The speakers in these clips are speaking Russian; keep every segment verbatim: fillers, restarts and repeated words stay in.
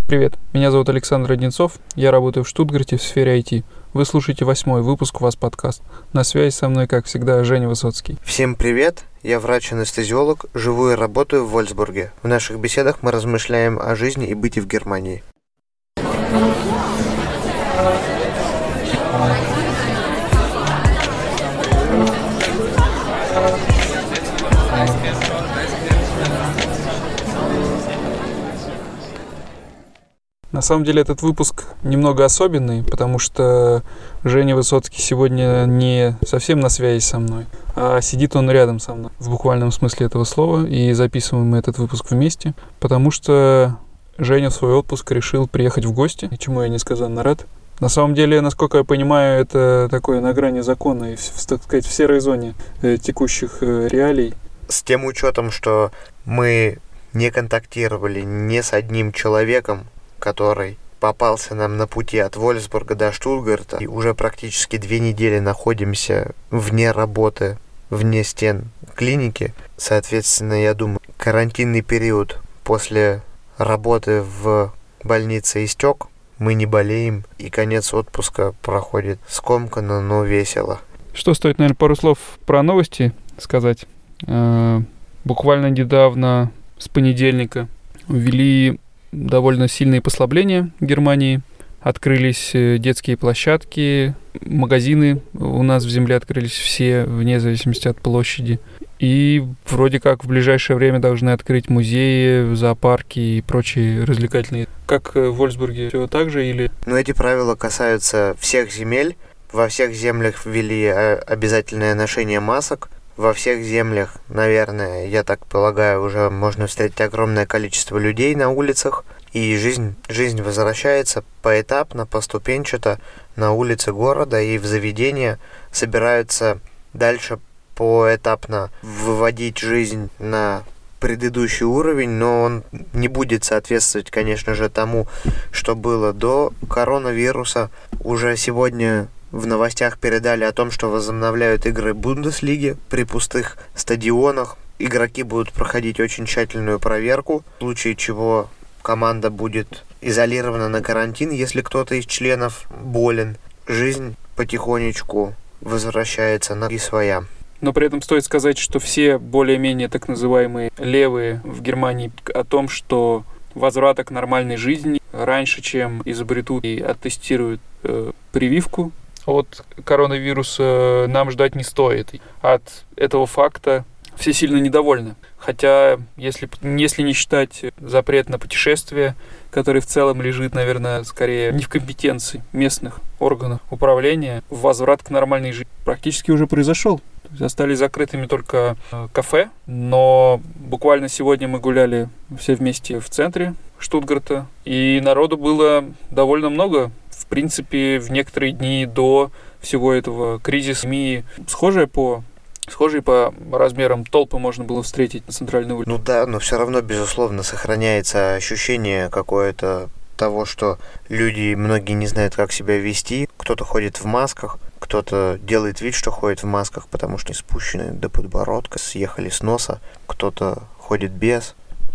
Привет, меня зовут Александр Одинцов, я работаю в Штутгарте в сфере ай ти. Вы слушаете восьмой выпуск «Вас подкаст». На связи со мной, как всегда, Женя Высоцкий. Всем привет, я врач-анестезиолог, живу и работаю в Вольфсбурге. В наших беседах мы размышляем о жизни и быте в Германии. На самом деле этот выпуск немного особенный, потому что Женя Высоцкий сегодня не совсем на связи со мной, а сидит он рядом со мной, в буквальном смысле этого слова, и записываем мы этот выпуск вместе, потому что Женя в свой отпуск решил приехать в гости, чему я несказанно рад. На самом деле, насколько я понимаю, это такое на грани закона и, так сказать, в серой зоне э, текущих э, реалий. С тем учетом, что мы не контактировали ни с одним человеком, который попался нам на пути от Вольфсбурга до Штутгарта, и уже практически две недели находимся вне работы, вне стен клиники. Соответственно, я думаю, карантинный период после работы в больнице истек, мы не болеем, и конец отпуска проходит скомканно, но весело. Что стоит, наверное, пару слов про новости сказать. Э-э- буквально недавно, с понедельника, ввели довольно сильные послабления в Германии. Открылись детские площадки, магазины у нас в земле открылись все, вне зависимости от площади. И вроде как в ближайшее время должны открыть музеи, зоопарки и прочие развлекательные. Как в Вольфсбурге все так же или... Но эти правила касаются всех земель. Во всех землях ввели обязательное ношение масок. Во всех землях, наверное, я так полагаю, уже можно встретить огромное количество людей на улицах. И жизнь, жизнь возвращается поэтапно, поступенчато на улицы города, и в заведения собираются дальше поэтапно выводить жизнь на предыдущий уровень, но он не будет соответствовать, конечно же, тому, что было до коронавируса. Уже сегодня в новостях передали о том, что возобновляют игры Бундеслиги при пустых стадионах. Игроки будут проходить очень тщательную проверку, в случае чего команда будет изолирована на карантин, если кто-то из членов болен. Жизнь потихонечку возвращается на круги своя. Но при этом стоит сказать, что все более-менее так называемые левые в Германии о том, что возврата к нормальной жизни раньше, чем изобретут и оттестируют э, прививку от коронавируса, нам ждать не стоит. От этого факта все сильно недовольны. Хотя, если, если не считать запрет на путешествия, который в целом лежит, наверное, скорее не в компетенции местных органов управления, возврат к нормальной жизни практически уже произошел. То есть остались закрытыми только кафе, но буквально сегодня мы гуляли все вместе в центре Штутгарта, и народу было довольно много. В принципе, в некоторые дни до всего этого кризиса СМИ схожие по, схожие по размерам толпы можно было встретить на центральной улице. Ну да, но все равно, безусловно, сохраняется ощущение какое-то того, что люди, многие не знают, как себя вести. Кто-то ходит в масках, кто-то делает вид, что ходит в масках, потому что не спущены до подбородка, съехали с носа, кто-то ходит без.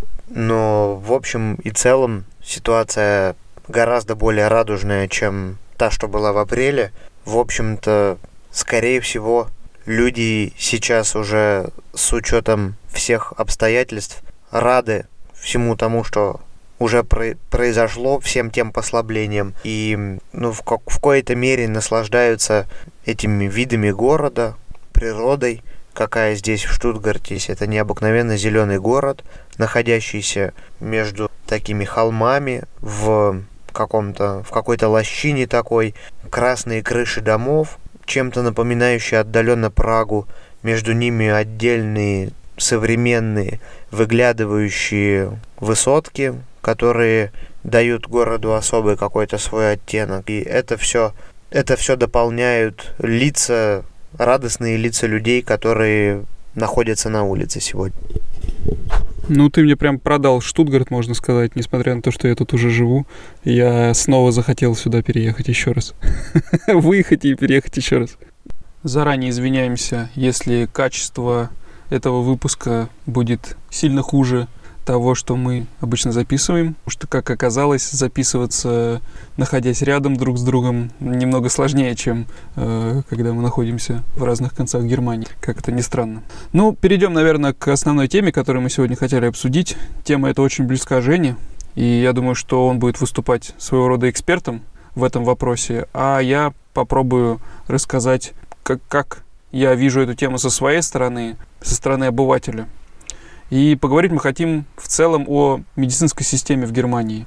Но в общем и целом ситуация гораздо более радужная, чем та, что была в апреле. В общем-то, скорее всего, люди сейчас уже с учетом всех обстоятельств рады всему тому, что уже про- произошло, всем тем послаблениям. И ну, в, ко- в коей-то мере наслаждаются этими видами города, природой, какая здесь в Штутгарте есть. Это необыкновенно зеленый город, находящийся между такими холмами в каком-то, в какой-то лощине такой, красные крыши домов, чем-то напоминающие отдаленно Прагу, между ними отдельные современные выглядывающие высотки, которые дают городу особый какой-то свой оттенок. И это все, это все дополняют лица, радостные лица людей, которые находятся на улице сегодня. Ну, ты мне прям продал Штутгарт, можно сказать, несмотря на то, что я тут уже живу. Я снова захотел сюда переехать еще раз. Выехать и переехать еще раз. Заранее извиняемся, если качество этого выпуска будет сильно хуже того, что мы обычно записываем, потому что, как оказалось, записываться, находясь рядом друг с другом, немного сложнее, чем э, когда мы находимся в разных концах Германии, как это ни странно. Ну, перейдем, наверное, к основной теме, которую мы сегодня хотели обсудить. Тема эта очень близка Жене, и я думаю, что он будет выступать своего рода экспертом в этом вопросе, а я попробую рассказать, как, как я вижу эту тему со своей стороны, со стороны обывателя. И поговорить мы хотим в целом о медицинской системе в Германии.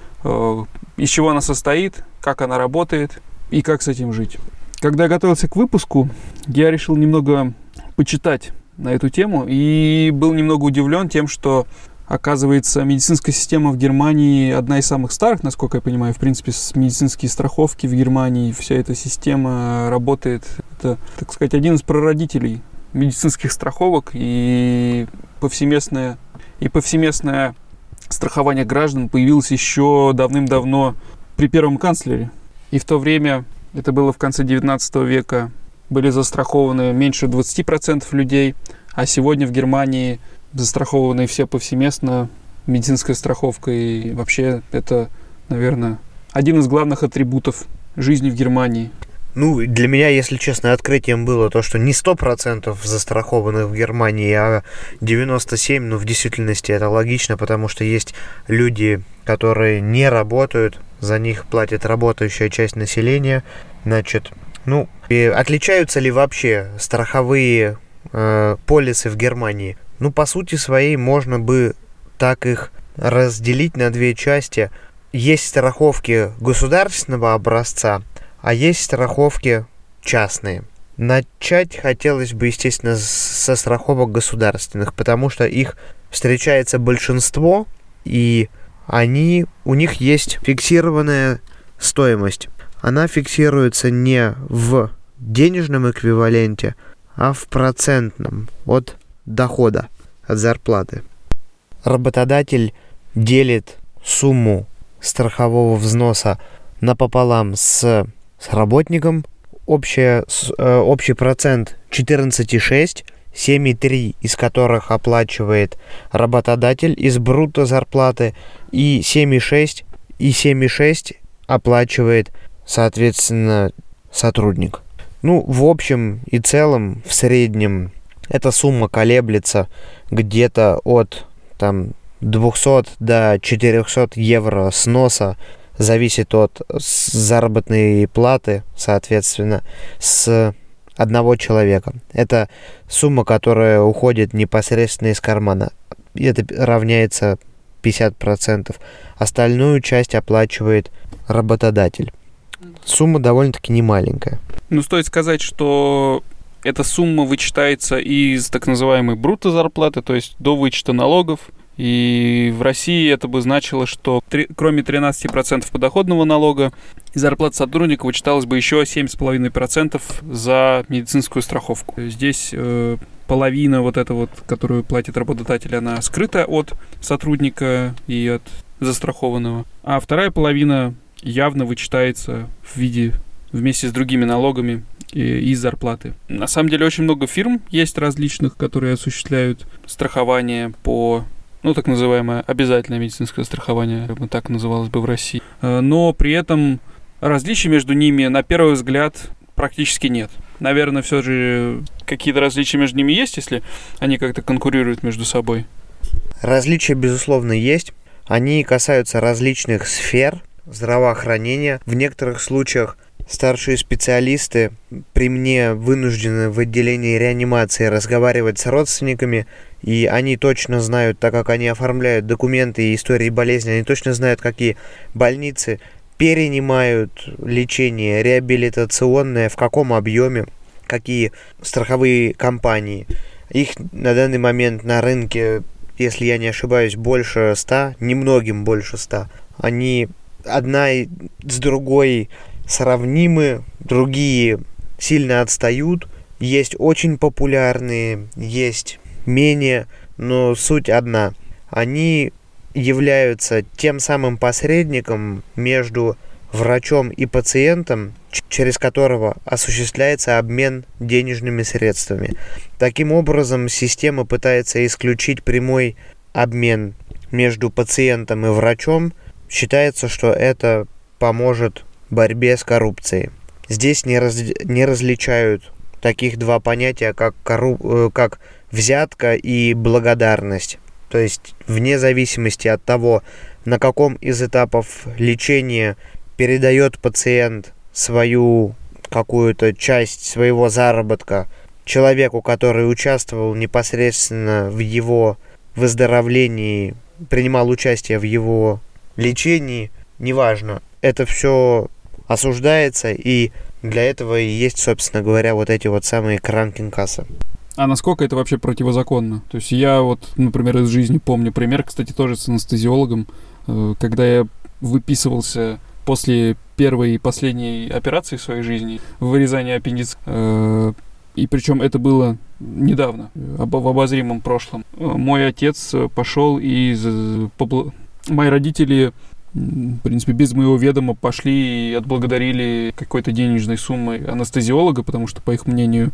Из чего она состоит, как она работает и как с этим жить. Когда я готовился к выпуску, я решил немного почитать на эту тему и был немного удивлен тем, что, оказывается, медицинская система в Германии одна из самых старых, насколько я понимаю. В принципе, с медицинские страховки в Германии, вся эта система работает. Это, так сказать, один из прародителей медицинских страховок, и повсеместное, и повсеместное страхование граждан появилось еще давным-давно при первом канцлере. И в то время, это было в конце девятнадцатого века, были застрахованы меньше двадцать процентов людей, а сегодня в Германии застрахованы все повсеместно медицинской страховкой. И вообще это, наверное, один из главных атрибутов жизни в Германии. Ну, для меня, если честно, открытием было то, что не сто процентов застрахованных в Германии, а девяносто семь процентов, но в действительности это логично, потому что есть люди, которые не работают, за них платит работающая часть населения. Значит, ну, и отличаются ли вообще страховые э, полисы в Германии? Ну, по сути своей, можно бы так их разделить на две части. Есть страховки государственного образца, а есть страховки частные. Начать хотелось бы, естественно, со страховок государственных, потому что их встречается большинство, и они, у них есть фиксированная стоимость. Она фиксируется не в денежном эквиваленте, а в процентном от дохода, от зарплаты. Работодатель делит сумму страхового взноса напополам с, с работником. Общая, э, общий процент четырнадцать целых шесть десятых, семь целых три десятых из которых оплачивает работодатель из брутто зарплаты, и семь целых шесть десятых и семь целых шесть десятых оплачивает, соответственно, сотрудник. Ну, в общем и целом, в среднем, эта сумма колеблется где-то от там, двухсот до четырехсот евро сноса, зависит от заработной платы, соответственно, с одного человека. Это сумма, которая уходит непосредственно из кармана. И это равняется пятьдесят процентов. Остальную часть оплачивает работодатель. Сумма довольно-таки немаленькая. Ну, стоит сказать, что эта сумма вычитается из так называемой брутто зарплаты, то есть до вычета налогов. И в России это бы значило, что три, кроме тринадцати процентов подоходного налога, из зарплаты сотрудника вычиталось бы еще семь целых пять десятых процента за медицинскую страховку. Здесь э, половина вот эта вот, которую платит работодатель, она скрыта от сотрудника и от застрахованного. А вторая половина явно вычитается в виде вместе с другими налогами из зарплаты. На самом деле очень много фирм есть различных, которые осуществляют страхование по, ну, так называемое обязательное медицинское страхование, так называлось бы в России. Но при этом различий между ними, на первый взгляд, практически нет. Наверное, все же какие-то различия между ними есть, если они как-то конкурируют между собой. Различия, безусловно, есть. Они касаются различных сфер здравоохранения. В некоторых случаях старшие специалисты при мне вынуждены в отделении реанимации разговаривать с родственниками, и они точно знают, так как они оформляют документы и истории болезни, они точно знают, какие больницы перенимают лечение реабилитационное, в каком объеме, какие страховые компании. Их на данный момент на рынке, если я не ошибаюсь, больше ста, немногим больше ста. Они одна с другой сравнимы, другие сильно отстают. Есть очень популярные, есть менее, но суть одна. Они являются тем самым посредником между врачом и пациентом, через которого осуществляется обмен денежными средствами. Таким образом, система пытается исключить прямой обмен между пациентом и врачом, считается, что это поможет борьбе с коррупцией. Здесь не, раз, не различают таких два понятия, как, корру, как взятка и благодарность. То есть вне зависимости от того, на каком из этапов лечения передает пациент свою какую-то часть своего заработка человеку, который участвовал непосредственно в его выздоровлении, принимал участие в его лечении, неважно. Это все осуждается, и для этого и есть, собственно говоря, вот эти вот самые кранкенкассы. А насколько это вообще противозаконно? То есть я вот, например, из жизни помню пример, кстати, тоже с анестезиологом, когда я выписывался после первой и последней операции в своей жизни, вырезания аппендицита, и причем это было недавно, в обозримом прошлом. Мой отец пошел и... Мои родители, в принципе, без моего ведома пошли и отблагодарили какой-то денежной суммой анестезиолога, потому что, по их мнению,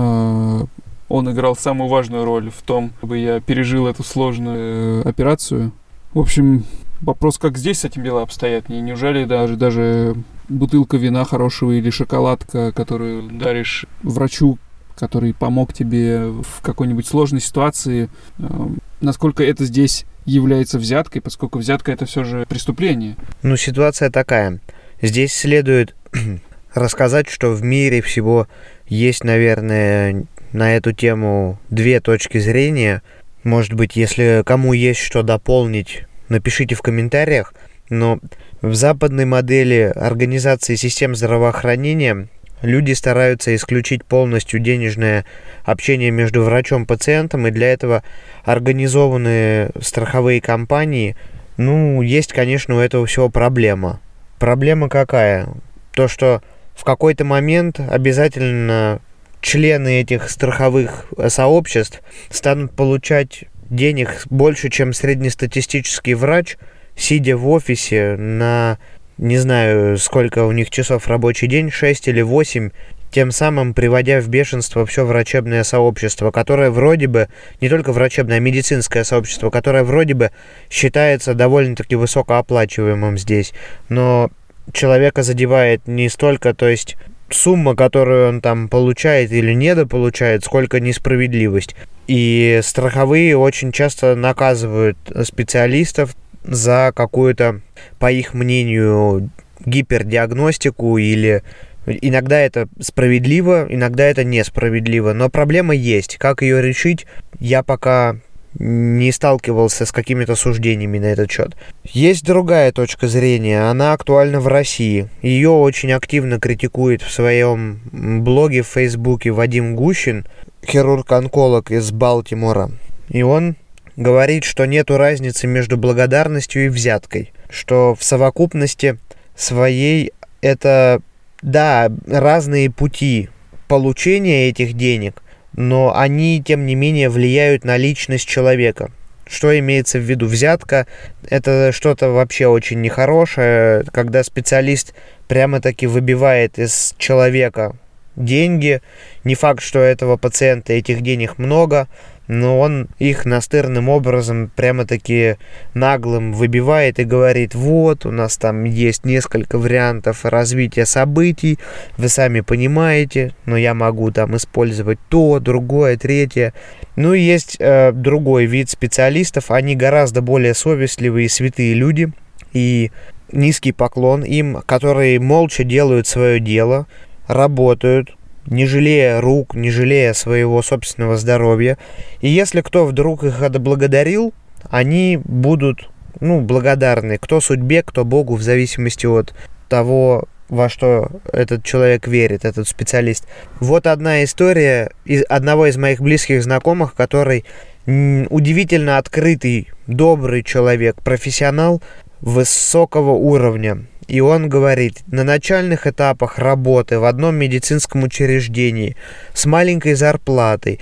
он играл самую важную роль в том, чтобы я пережил эту сложную операцию. В общем, вопрос, как здесь с этим дела обстоят? Неужели даже, даже бутылка вина хорошего или шоколадка, которую даришь врачу, который помог тебе в какой-нибудь сложной ситуации, э, насколько это здесь является взяткой, поскольку взятка — это все же преступление? Ну, ситуация такая. Здесь следует рассказать, что в мире всего есть, наверное, на эту тему две точки зрения. Может быть, если кому есть что дополнить, напишите в комментариях. Но в западной модели организации систем здравоохранения люди стараются исключить полностью денежное общение между врачом и пациентом, и для этого организованы страховые компании. Ну, есть, конечно, у этого всего проблема. Проблема какая? То, что в какой-то момент обязательно члены этих страховых сообществ станут получать денег больше, чем среднестатистический врач, сидя в офисе на, не знаю, сколько у них часов рабочий день, шесть или восемь, тем самым приводя в бешенство все врачебное сообщество, которое вроде бы, не только врачебное, а медицинское сообщество, которое вроде бы считается довольно-таки высокооплачиваемым здесь, но человека задевает не столько, то есть сумма, которую он там получает или недополучает, сколько несправедливость. И страховые очень часто наказывают специалистов за какую-то, по их мнению, гипердиагностику, или иногда это справедливо, иногда это несправедливо. Но проблема есть. Как ее решить, я пока не сталкивался с какими-то суждениями на этот счет. Есть другая точка зрения, она актуальна в России. Ее очень активно критикует в своем блоге в Фейсбуке Вадим Гущин, хирург-онколог из Балтимора. И он говорит, что нету разницы между благодарностью и взяткой, что в совокупности своей это, да, разные пути получения этих денег, но они, тем не менее, влияют на личность человека. Что имеется в виду? Взятка – это что-то вообще очень нехорошее, когда специалист прямо-таки выбивает из человека деньги. Не факт, что у этого пациента этих денег много, но он их настырным образом прямо-таки наглым выбивает и говорит: вот, у нас там есть несколько вариантов развития событий, вы сами понимаете, но я могу там использовать то, другое, третье. Ну и есть э, другой вид специалистов, они гораздо более совестливые и святые люди, и низкий поклон им, которые молча делают свое дело, работают, не жалея рук, не жалея своего собственного здоровья. И если кто вдруг их отблагодарил, они будут, ну, благодарны. Кто судьбе, кто Богу, в зависимости от того, во что этот человек верит, этот специалист. Вот одна история из одного из моих близких знакомых, который удивительно открытый, добрый человек, профессионал высокого уровня. И он говорит, на начальных этапах работы в одном медицинском учреждении с маленькой зарплатой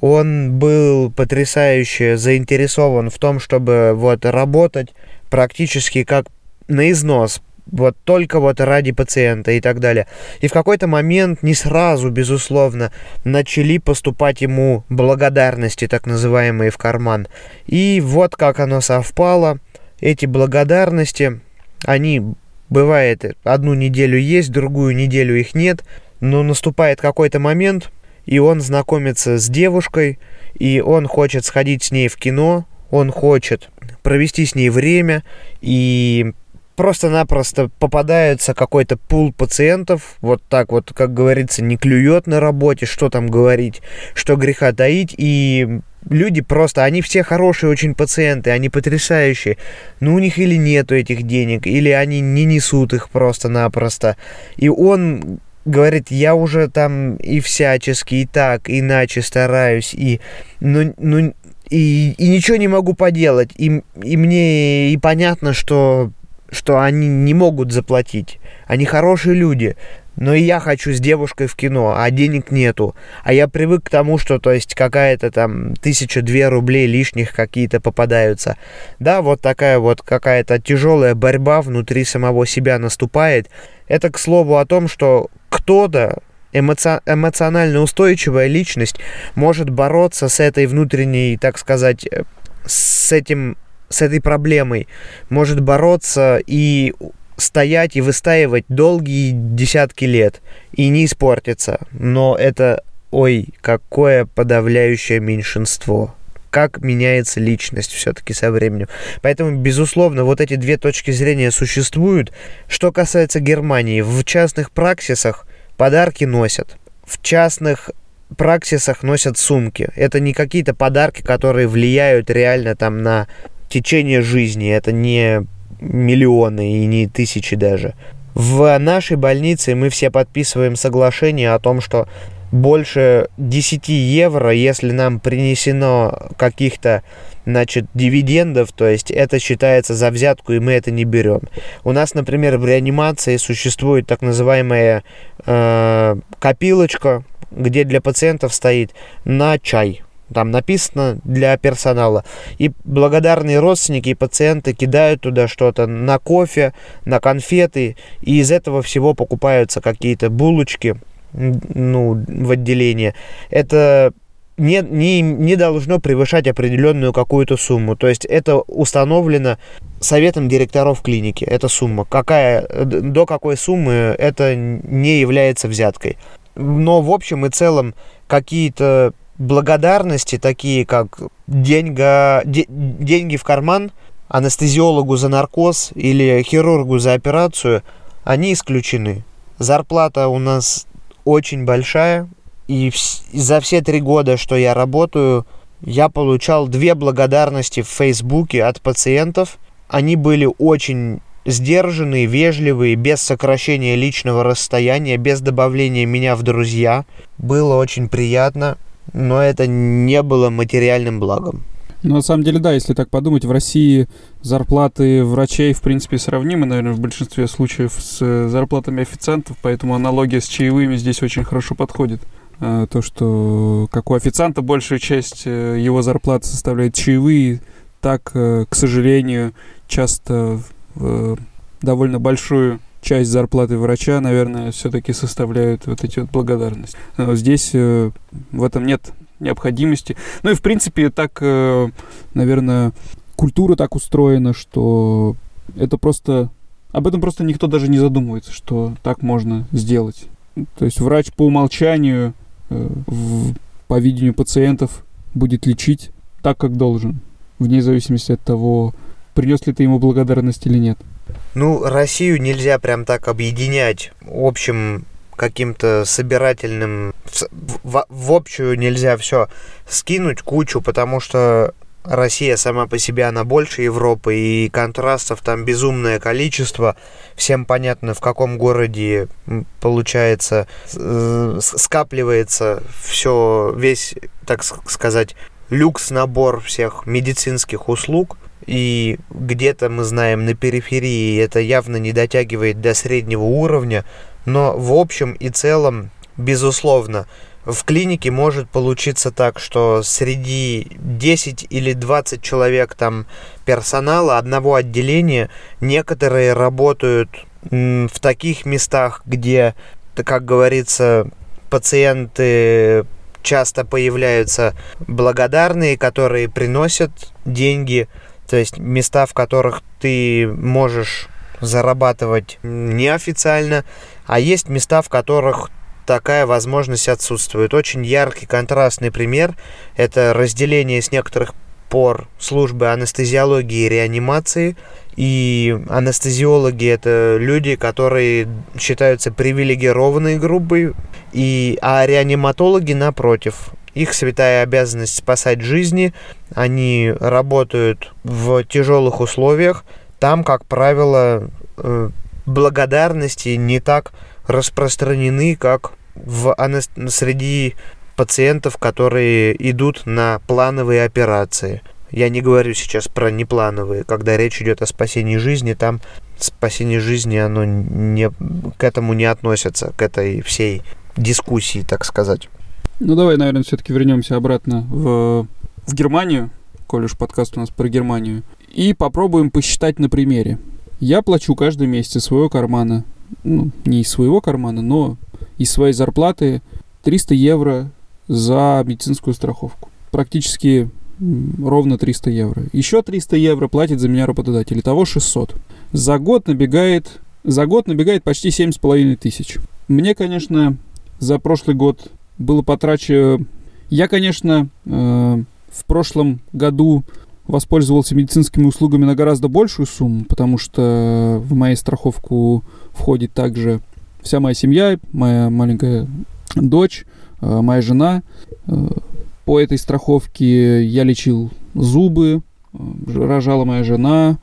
он был потрясающе заинтересован в том, чтобы вот работать практически как на износ, вот только вот ради пациента и так далее. И в какой-то момент, не сразу, безусловно, начали поступать ему благодарности, так называемые, в карман. И вот как оно совпало, эти благодарности, они, бывает, одну неделю есть, другую неделю их нет, но наступает какой-то момент, и он знакомится с девушкой, и он хочет сходить с ней в кино, он хочет провести с ней время, и просто-напросто попадается какой-то пул пациентов, вот так вот, как говорится, не клюет на работе, что там говорить, что греха таить, и люди просто, они все хорошие очень пациенты, они потрясающие, но у них или нету этих денег, или они не несут их просто-напросто, и он говорит, я уже там и всячески, и так, иначе стараюсь, и, ну, ну, и, и ничего не могу поделать, и, и мне и понятно, что что они не могут заплатить. Они хорошие люди, но и я хочу с девушкой в кино, а денег нету. А я привык к тому, что, то есть, какая-то там тысяча-две рублей лишних какие-то попадаются. Да, вот такая вот какая-то тяжелая борьба внутри самого себя наступает. Это, к слову, о том, что кто-то, эмоци... эмоционально устойчивая личность, может бороться с этой внутренней, так сказать, с этим с этой проблемой, может бороться и стоять и выстаивать долгие десятки лет и не испортиться. Но это, ой, какое подавляющее меньшинство. Как меняется личность все-таки со временем. Поэтому, безусловно, вот эти две точки зрения существуют. Что касается Германии, в частных праксисах подарки носят. В частных праксисах носят сумки. Это не какие-то подарки, которые влияют реально там на течение жизни, это не миллионы и не тысячи даже. В нашей больнице мы все подписываем соглашение о том, что больше десять евро, если нам принесено каких-то, значит, дивидендов, то есть это считается за взятку, и мы это не берем. У нас, например, в реанимации существует так называемая э, копилочка, где для пациентов стоит на чай. Там написано для персонала. И благодарные родственники и пациенты кидают туда что-то на кофе, на конфеты. И из этого всего покупаются какие-то булочки, ну, в отделении. Это не, не, не должно превышать определенную какую-то сумму. То есть это установлено советом директоров клиники. Эта сумма. Какая, до какой суммы это не является взяткой. Но в общем и целом какие-то благодарности, такие как деньга, де, деньги в карман анестезиологу за наркоз или хирургу за операцию, они исключены. Зарплата у нас очень большая, и в, за все три года, что я работаю, я получал две благодарности в Фейсбуке от пациентов. Они были очень сдержанные, вежливые, без сокращения личного расстояния, без добавления меня в друзья. Было очень приятно. Но это не было материальным благом. Ну, на самом деле, да, если так подумать, в России зарплаты врачей, в принципе, сравнимы, наверное, в большинстве случаев с зарплатами официантов, поэтому аналогия с чаевыми здесь очень хорошо подходит. То, что как у официанта большая часть его зарплаты составляет чаевые, так, к сожалению, часто довольно большую часть зарплаты врача, наверное, все-таки составляют вот эти вот благодарности. Но здесь э, в этом нет необходимости. Ну и, в принципе, так, э, наверное, культура так устроена, что это просто... Об этом просто никто даже не задумывается, что так можно сделать. То есть врач по умолчанию, э, в, по видению пациентов, будет лечить так, как должен, вне зависимости от того, принес ли ты ему благодарность или нет. Ну, Россию нельзя прям так объединять общим каким-то собирательным... В, в общую нельзя все скинуть кучу, потому что Россия сама по себе, она больше Европы, и контрастов там безумное количество. Всем понятно, в каком городе, получается, скапливается все, весь, так сказать, люкс-набор всех медицинских услуг. И где-то, мы знаем, на периферии это явно не дотягивает до среднего уровня. Но в общем и целом, безусловно, в клинике может получиться так, что среди десять или двадцать человек там персонала одного отделения некоторые работают м, в таких местах, где, как говорится, пациенты часто появляются благодарные, которые приносят деньги, то есть места, в которых ты можешь зарабатывать неофициально, а есть места, в которых такая возможность отсутствует. Очень яркий контрастный пример – это разделение с некоторых пор службы анестезиологии и реанимации. И анестезиологи – это люди, которые считаются привилегированной группой, и, а реаниматологи, напротив, их святая обязанность спасать жизни. Они работают в тяжелых условиях. Там, как правило, благодарности не так распространены, как в, среди пациентов, которые идут на плановые операции. Я не говорю сейчас про неплановые. Когда речь идет о спасении жизни, там спасение жизни, оно не, к этому не относится, к этой всей дискуссии, так сказать. Ну, давай, наверное, все-таки вернемся обратно в, в Германию, коль уж подкаст у нас про Германию, и попробуем посчитать на примере. Я плачу каждый месяц из своего кармана, ну, не из своего кармана, но из своей зарплаты триста евро за медицинскую страховку. Практически ровно триста евро. Еще триста евро платит за меня работодатель. Итого шестьсот. За год набегает, за год набегает почти семь с половиной тысяч. Мне, конечно, за прошлый год было потрачено... Я, конечно, э, в прошлом году воспользовался медицинскими услугами на гораздо большую сумму, потому что в мою страховку входит также вся моя семья, моя маленькая дочь, э, моя жена. Э, по этой страховке я лечил зубы, э, рожала моя жена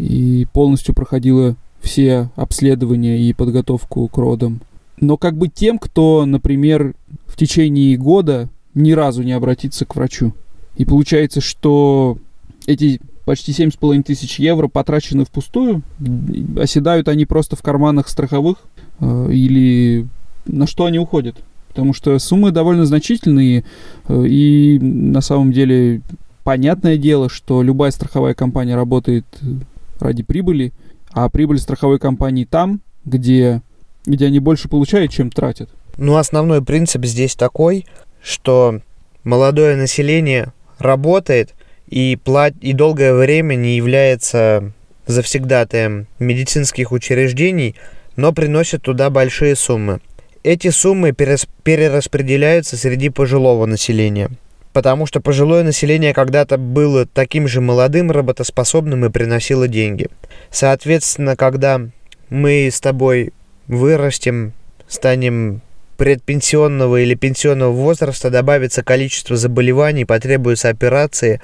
и полностью проходила все обследования и подготовку к родам. Но как бы тем, кто, например, в течение года ни разу не обратится к врачу. И получается, что эти почти семь с половиной тысяч евро потрачены впустую, оседают они просто в карманах страховых, э, или на что они уходят? Потому что суммы довольно значительные, э, и на самом деле понятное дело, что любая страховая компания работает ради прибыли, а прибыль страховой компании там, где, где они больше получают, чем тратят. Ну, основной принцип здесь такой, что молодое население работает и, плат... и долгое время не является завсегдатаем медицинских учреждений, но приносит туда большие суммы. Эти суммы перес... перераспределяются среди пожилого населения, потому что пожилое население когда-то было таким же молодым, работоспособным и приносило деньги. Соответственно, когда мы с тобой вырастем, станем предпенсионного или пенсионного возраста, добавится количество заболеваний, потребуются операции,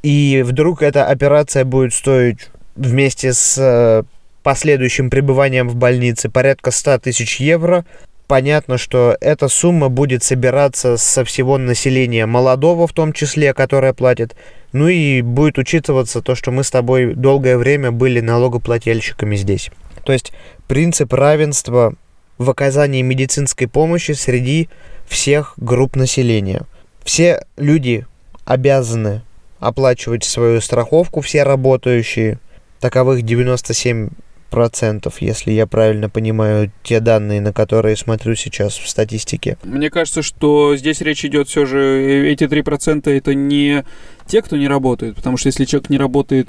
и вдруг эта операция будет стоить вместе с последующим пребыванием в больнице порядка сто тысяч евро, понятно, что эта сумма будет собираться со всего населения, молодого в том числе, которое платит, ну и будет учитываться то, что мы с тобой долгое время были налогоплательщиками здесь. То есть принцип равенства в оказании медицинской помощи среди всех групп населения. Все люди обязаны оплачивать свою страховку, все работающие, таковых девяносто семь процентов, если я правильно понимаю те данные, на которые смотрю сейчас в статистике. Мне кажется, что здесь речь идет все же, эти три процента это не те, кто не работает, потому что если человек не работает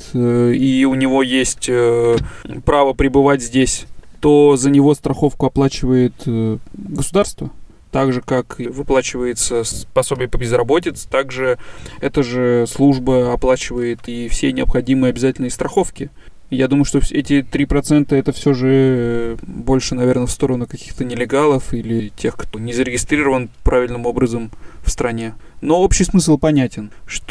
и у него есть право пребывать здесь, то за него страховку оплачивает государство, так же, как выплачивается пособие по безработице, также эта же служба оплачивает и все необходимые обязательные страховки. Я думаю, что эти три процента это все же больше, наверное, в сторону каких-то нелегалов или тех, кто не зарегистрирован правильным образом в стране. Но общий смысл понятен,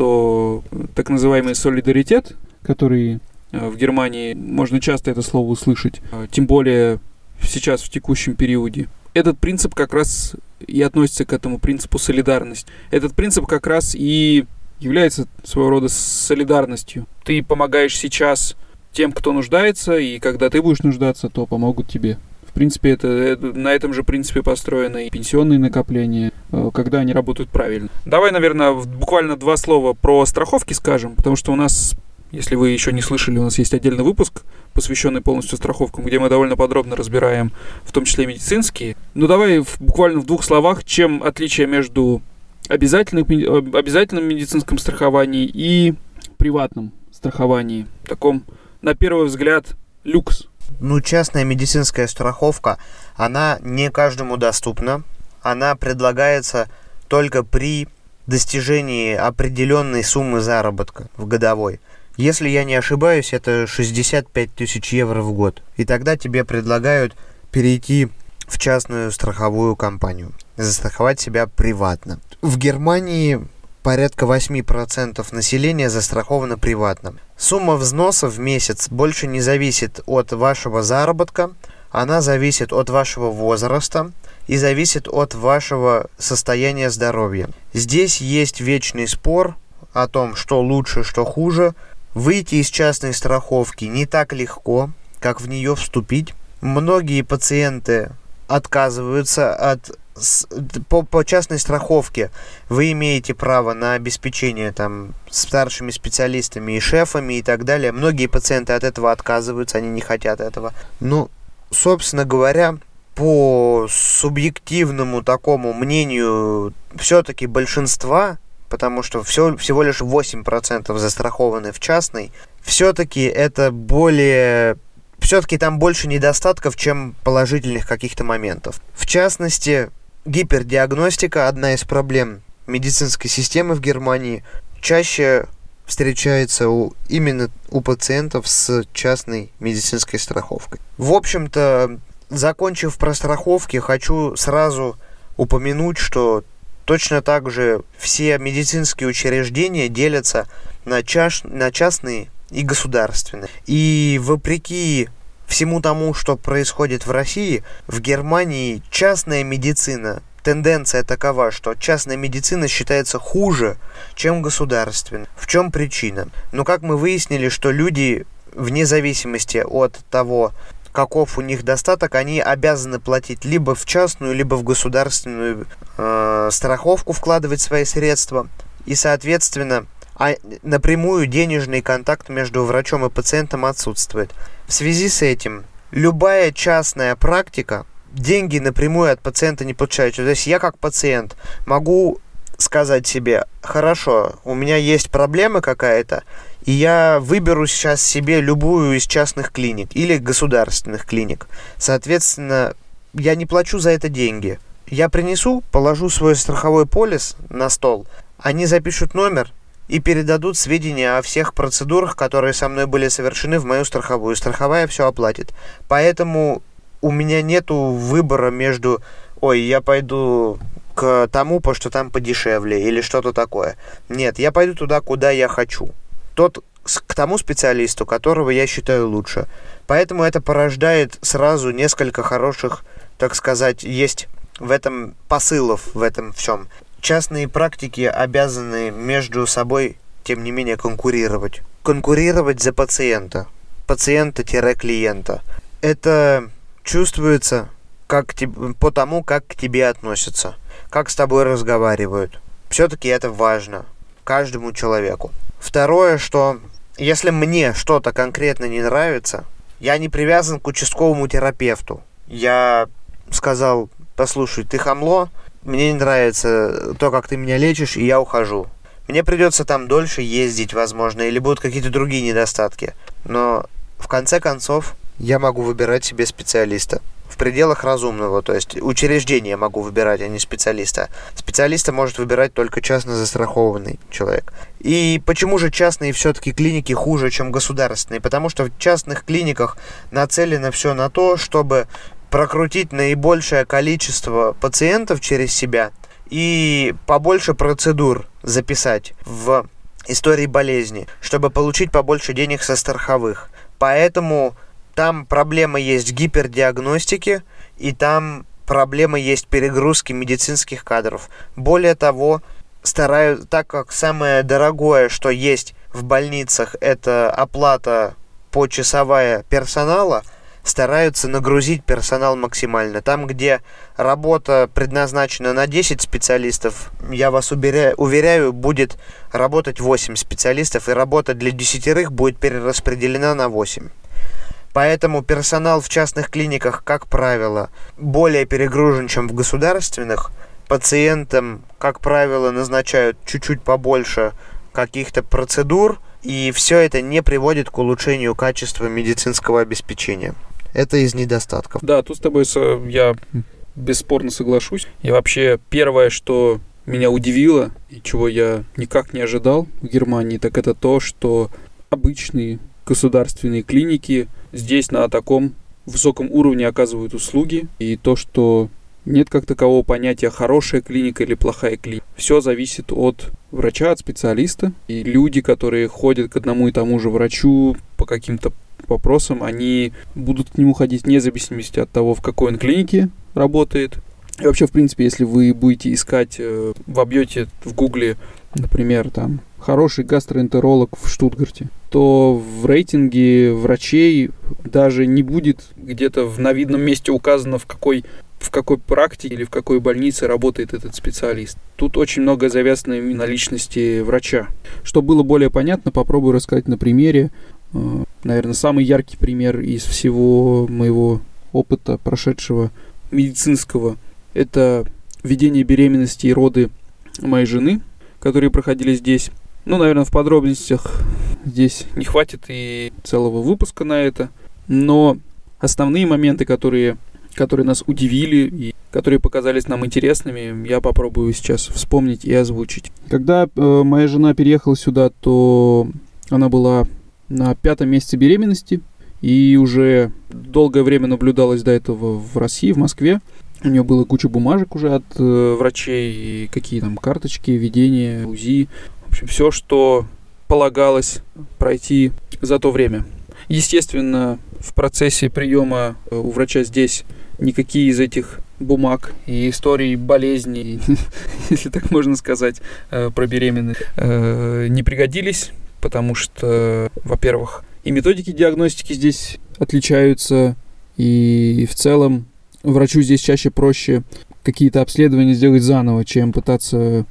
что так называемый солидаритет, который в Германии можно часто это слово услышать, тем более сейчас в текущем периоде. Этот принцип как раз и относится к этому принципу солидарности. Этот принцип как раз и является своего рода солидарностью. Ты помогаешь сейчас тем, кто нуждается, и когда ты будешь нуждаться, то помогут тебе В принципе, это, это на этом же принципе построены и пенсионные накопления, когда они работают правильно. Давай, наверное, буквально два слова про страховки скажем, потому что у нас, если вы еще не слышали, у нас есть отдельный выпуск, посвященный полностью страховкам, где мы довольно подробно разбираем, в том числе медицинские. Ну, давай в, буквально в двух словах, чем отличие между обязательным, обязательным медицинским страхованием и приватным страхованием. Таком, на первый взгляд, люкс. Ну, частная медицинская страховка, она не каждому доступна. Она предлагается только при достижении определенной суммы заработка в годовой. Если я не ошибаюсь, это шестьдесят пять тысяч евро в год. И тогда тебе предлагают перейти в частную страховую компанию, застраховать себя приватно. В Германии порядка восемь процентов населения застраховано приватно. Сумма взносов в месяц больше не зависит от вашего заработка, она зависит от вашего возраста и зависит от вашего состояния здоровья. Здесь есть вечный спор о том, что лучше, что хуже. Выйти из частной страховки не так легко, как в нее вступить. Многие пациенты отказываются от По, по частной страховке вы имеете право на обеспечение там старшими специалистами и шефами и так далее. Многие пациенты от этого отказываются, они не хотят этого. Ну, собственно говоря, по субъективному такому мнению все-таки большинства, потому что все, всего лишь восемь процентов застрахованы в частной, все-таки это более... Все-таки там больше недостатков, чем положительных каких-то моментов. В частности, гипердиагностика, одна из проблем медицинской системы в Германии, чаще встречается у, именно у пациентов с частной медицинской страховкой. В общем-то, закончив про страховки, хочу сразу упомянуть, что точно так же все медицинские учреждения делятся на, чаш... на частные и государственные. И вопреки всему тому, что происходит в России, в Германии частная медицина, тенденция такова, что частная медицина считается хуже, чем государственная. В чем причина? Ну, как мы выяснили, что люди, вне зависимости от того, каков у них достаток, они обязаны платить либо в частную, либо в государственную э, страховку, вкладывать свои средства. И, соответственно, а напрямую денежный контакт между врачом и пациентом отсутствует. В связи с этим, любая частная практика деньги напрямую от пациента не получает. То есть я как пациент могу сказать себе: хорошо, у меня есть проблема какая-то, и я выберу сейчас себе любую из частных клиник или государственных клиник. Соответственно, я не плачу за это деньги. Я принесу, положу свой страховой полис на стол, они запишут номер и передадут сведения о всех процедурах, которые со мной были совершены, в мою страховую. Страховая все оплатит. Поэтому у меня нету выбора между: ой, я пойду к тому, потому что там подешевле, или что-то такое. Нет, я пойду туда, куда я хочу. Тот, к тому специалисту, которого я считаю лучше. Поэтому это порождает сразу несколько хороших, так сказать, есть в этом посылов, в этом всем. Частные практики обязаны между собой, тем не менее, конкурировать. Конкурировать за пациента. Пациента-клиента. Это чувствуется как te, по тому, как к тебе относятся, как с тобой разговаривают. Все-таки это важно каждому человеку. Второе, что если мне что-то конкретно не нравится, я не привязан к участковому терапевту. Я сказал: послушай, ты хамло, мне не нравится то, как ты меня лечишь, и я ухожу. Мне придется там дольше ездить, возможно, или будут какие-то другие недостатки. Но в конце концов я могу выбирать себе специалиста. В пределах разумного, то есть учреждение могу выбирать, а не специалиста. Специалиста может выбирать только частно застрахованный человек. И почему же частные все-таки клиники хуже, чем государственные? Потому что в частных клиниках нацелено все на то, чтобы прокрутить наибольшее количество пациентов через себя и побольше процедур записать в истории болезни, чтобы получить побольше денег со страховых. Поэтому там проблема есть гипердиагностики, и там проблема есть перегрузки медицинских кадров. Более того, стараюсь, так как самое дорогое, что есть в больницах, это оплата почасовая персонала, стараются нагрузить персонал максимально. Там, где работа предназначена на десять специалистов, я вас уверяю, уверяю, будет работать восемь специалистов, и работа для десятерых будет перераспределена на восемь. Поэтому персонал в частных клиниках, как правило, более перегружен, чем в государственных. Пациентам, как правило, назначают чуть-чуть побольше каких-то процедур, и все это не приводит к улучшению качества медицинского обеспечения. Это из недостатков. Да, тут с тобой я бесспорно соглашусь. И вообще первое, что меня удивило, и чего я никак не ожидал в Германии, так это то, что обычные государственные клиники здесь на таком высоком уровне оказывают услуги, и то, что нет как такового понятия хорошая клиника или плохая клиника. Все зависит от врача, от специалиста. И люди, которые ходят к одному и тому же врачу по каким-то вопросам, они будут к нему ходить вне зависимости от того, в какой он клинике работает. И вообще, в принципе, если вы будете искать, вобьете в гугле, например, там, хороший гастроэнтеролог в Штутгарте, то в рейтинге врачей даже не будет где-то на видном месте указано, в какой в какой практике или в какой больнице работает этот специалист. Тут очень много завязано на личности врача. Чтобы было более понятно, попробую рассказать на примере. Наверное, самый яркий пример из всего моего опыта прошедшего медицинского – это ведение беременности и роды моей жены, которые проходили здесь. Ну, наверное, в подробностях здесь не хватит и целого выпуска на это. Но основные моменты, которые... которые нас удивили и которые показались нам интересными, я попробую сейчас вспомнить и озвучить. Когда э, моя жена переехала сюда, то она была на пятом месяце беременности и уже долгое время наблюдалась до этого в России, в Москве. У нее была куча бумажек уже от э, врачей, и какие там карточки, ведения, УЗИ. В общем, все, что полагалось пройти за то время. Естественно, в процессе приема у врача здесь никакие из этих бумаг и историй болезней, если так можно сказать, про беременность, не пригодились, потому что, во-первых, и методики диагностики здесь отличаются, и в целом врачу здесь чаще проще какие-то обследования сделать заново, чем пытаться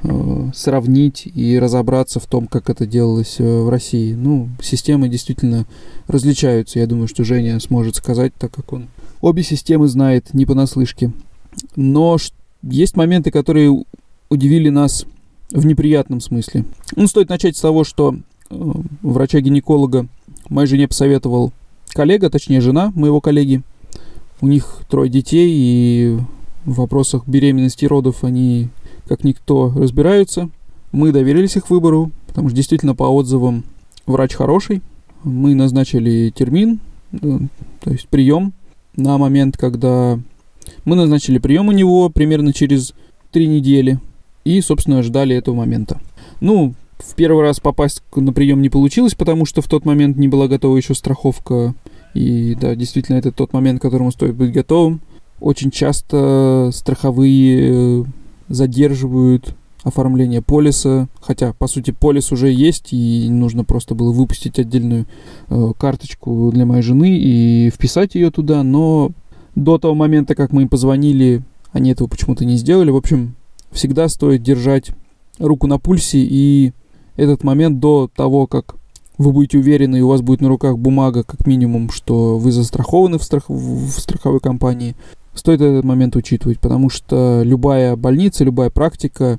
сравнить и разобраться в том, как это делалось в России. Ну, системы действительно различаются. Я думаю, что Женя сможет сказать, так как он обе системы знает не понаслышке. Но есть моменты, которые удивили нас в неприятном смысле. Ну, стоит начать с того, что врача-гинеколога моей жене посоветовал коллега, точнее жена моего коллеги. У них трое детей, и в вопросах беременности и родов они как никто разбираются. Мы доверились их выбору, потому что действительно по отзывам врач хороший. Мы назначили термин, то есть прием на момент, когда мы назначили прием у него примерно через три недели и, собственно, ждали этого момента. Ну, в первый раз попасть на прием не получилось, потому что в тот момент не была готова еще страховка. И да, действительно, это тот момент, к которому стоит быть готовым. Очень часто страховые задерживают оформление полиса, хотя, по сути, полис уже есть, и нужно просто было выпустить отдельную э, карточку для моей жены и вписать ее туда, но до того момента, как мы им позвонили, они этого почему-то не сделали. В общем, всегда стоит держать руку на пульсе, и этот момент до того, как вы будете уверены, и у вас будет на руках бумага, как минимум, что вы застрахованы в, страх... в страховой компании, стоит этот момент учитывать, потому что любая больница, любая практика,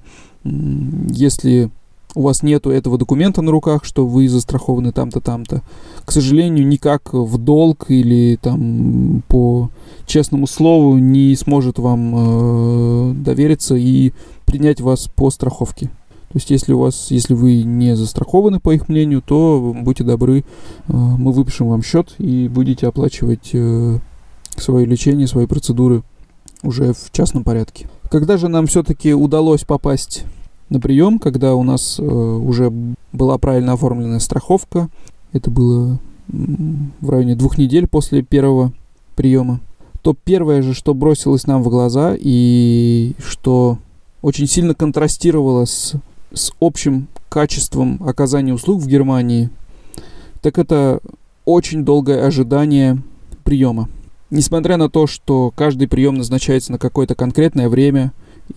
если у вас нету этого документа на руках, что вы застрахованы там-то, там-то, к сожалению, никак в долг или там по честному слову не сможет вам э, довериться и принять вас по страховке. То есть, если у вас, если вы не застрахованы, по их мнению, то будьте добры, э, мы выпишем вам счет и будете оплачивать э, свое лечение, свои процедуры уже в частном порядке. Когда же нам все-таки удалось попасть на прием, когда у нас э, уже была правильно оформленная страховка, это было м, в районе двух недель после первого приема, то первое же, что бросилось нам в глаза и что очень сильно контрастировало с, с общим качеством оказания услуг в Германии, так это очень долгое ожидание приема. Несмотря на то, что каждый прием назначается на какое-то конкретное время,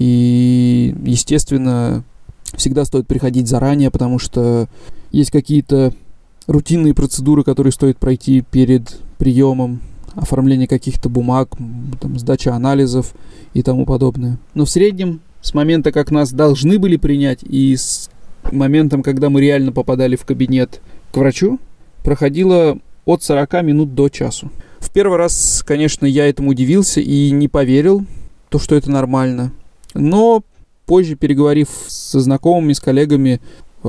и, естественно, всегда стоит приходить заранее, потому что есть какие-то рутинные процедуры, которые стоит пройти перед приемом, оформление каких-то бумаг, там, сдача анализов и тому подобное. Но в среднем, с момента, как нас должны были принять, и с моментом, когда мы реально попадали в кабинет к врачу, проходило от сорока минут до часу. В первый раз, конечно, я этому удивился и не поверил, то, что это нормально. Но позже, переговорив со знакомыми, с коллегами,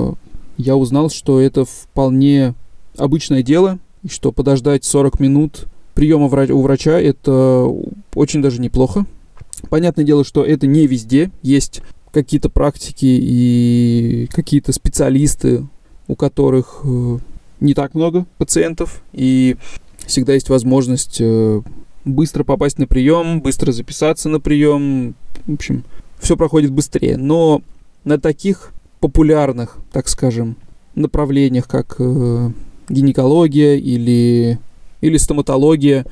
я узнал, что это вполне обычное дело, и что подождать сорок минут приема у врача — это очень даже неплохо. Понятное дело, что это не везде. Есть какие-то практики и какие-то специалисты, у которых не так много пациентов, и всегда есть возможность быстро попасть на прием, быстро записаться на прием. В общем, все проходит быстрее. Но на таких популярных, так скажем, направлениях, как гинекология или, или стоматология,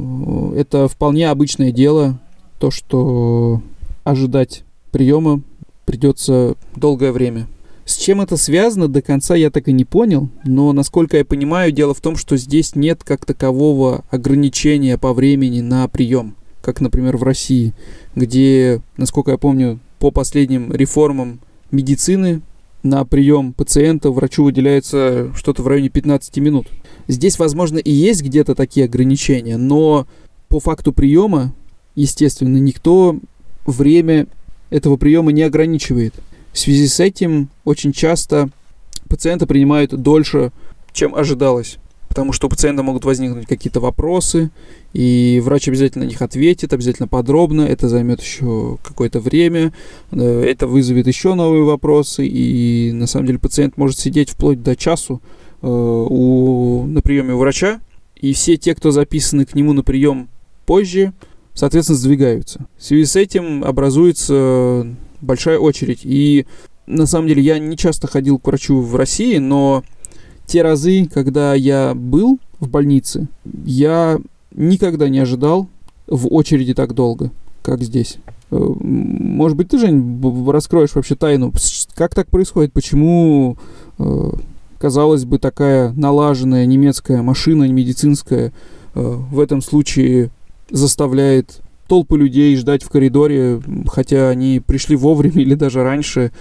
это вполне обычное дело. То, что ожидать приема придется долгое время. С чем это связано, до конца я так и не понял, но, насколько я понимаю, дело в том, что здесь нет как такового ограничения по времени на прием, как, например, в России, где, насколько я помню, по последним реформам медицины на прием пациента врачу выделяется что-то в районе пятнадцать минут. Здесь, возможно, и есть где-то такие ограничения, но по факту приема, естественно, никто время этого приема не ограничивает. В связи с этим очень часто пациенты принимают дольше, чем ожидалось, потому что у пациента могут возникнуть какие-то вопросы, и врач обязательно на них ответит, обязательно подробно, это займет еще какое-то время, это вызовет еще новые вопросы, и на самом деле пациент может сидеть вплоть до часу э, у, на приеме у врача, и все те, кто записаны к нему на прием позже, соответственно, сдвигаются. В связи с этим образуется большая очередь. И на самом деле я не часто ходил к врачу в России, но те разы, когда я был в больнице, я никогда не ожидал в очереди так долго, как здесь. Может быть, ты, Жень, раскроешь вообще тайну, как так происходит, почему, казалось бы, такая налаженная немецкая машина медицинская в этом случае заставляет толпы людей ждать в коридоре, хотя они пришли вовремя или даже раньше.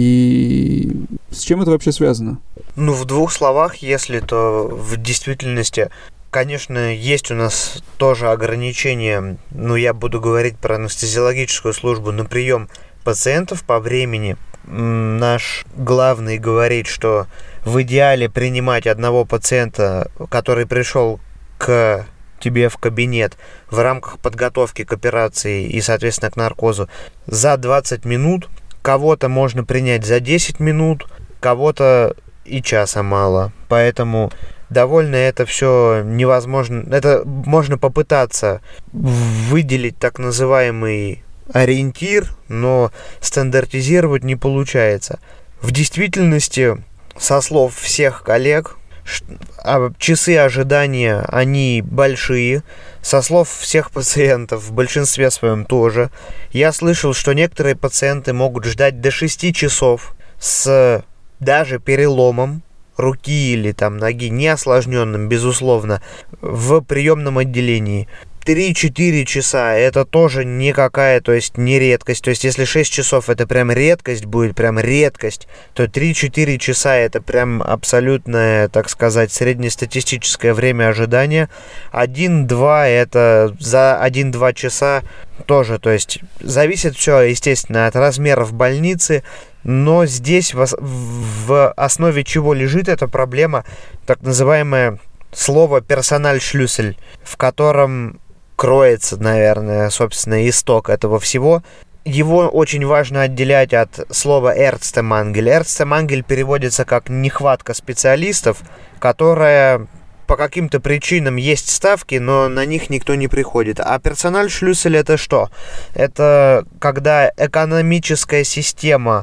И с чем это вообще связано? Ну, в двух словах, если, то в действительности, конечно, есть у нас тоже ограничения. Ну, я буду говорить про анестезиологическую службу на прием пациентов по времени. Наш главный говорит, что в идеале принимать одного пациента, который пришел к тебе в кабинет в рамках подготовки к операции и, соответственно, к наркозу за двадцать минут. Кого-то можно принять за десять минут, кого-то и часа мало. Поэтому довольно это все невозможно. Это можно попытаться выделить так называемый ориентир, но стандартизировать не получается. В действительности, со слов всех коллег, часы ожидания, они большие. Со слов всех пациентов, в большинстве своем тоже. Я слышал, что некоторые пациенты могут ждать до шести часов с даже переломом руки или там ноги, не осложненным, безусловно, в приемном отделении. три-четыре часа это тоже никакая, то есть не редкость. То есть если шесть часов это прям редкость будет, прям редкость, то три-четыре часа это прям абсолютное, так сказать, среднестатистическое время ожидания. один-два это за один-два часа тоже, то есть зависит все, естественно, от размеров больницы. Но здесь в, в основе чего лежит эта проблема, так называемое слово «персональ-шлюссель», в котором кроется, наверное, собственно, исток этого всего. Его очень важно отделять от слова «эрцтемангель». «Эрцтемангель» переводится как «нехватка специалистов», которая по каким-то причинам есть ставки, но на них никто не приходит. А персональ-шлюссель — это что? Это когда экономическая система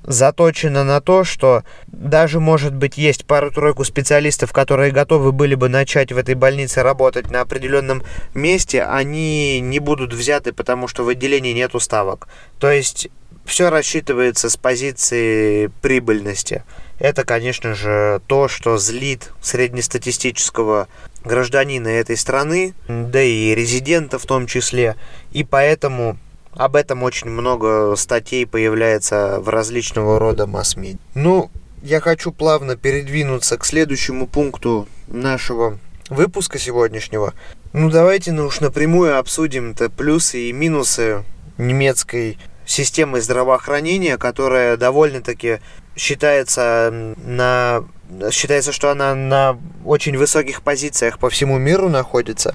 заточена на то, что даже, может быть, есть пару-тройку специалистов, которые готовы были бы начать в этой больнице работать на определенном месте, они не будут взяты, потому что в отделении нет ставок. То есть все рассчитывается с позиции прибыльности. Это, конечно же, то, что злит среднестатистического гражданина этой страны, да и резидента в том числе, и поэтому об этом очень много статей появляется в различного рода масс-медиа. Ну, я хочу плавно передвинуться к следующему пункту нашего выпуска сегодняшнего. Ну, давайте ну уж напрямую обсудим-то плюсы и минусы немецкой системы здравоохранения, которая довольно-таки считается на... Считается, что она на очень высоких позициях по всему миру находится,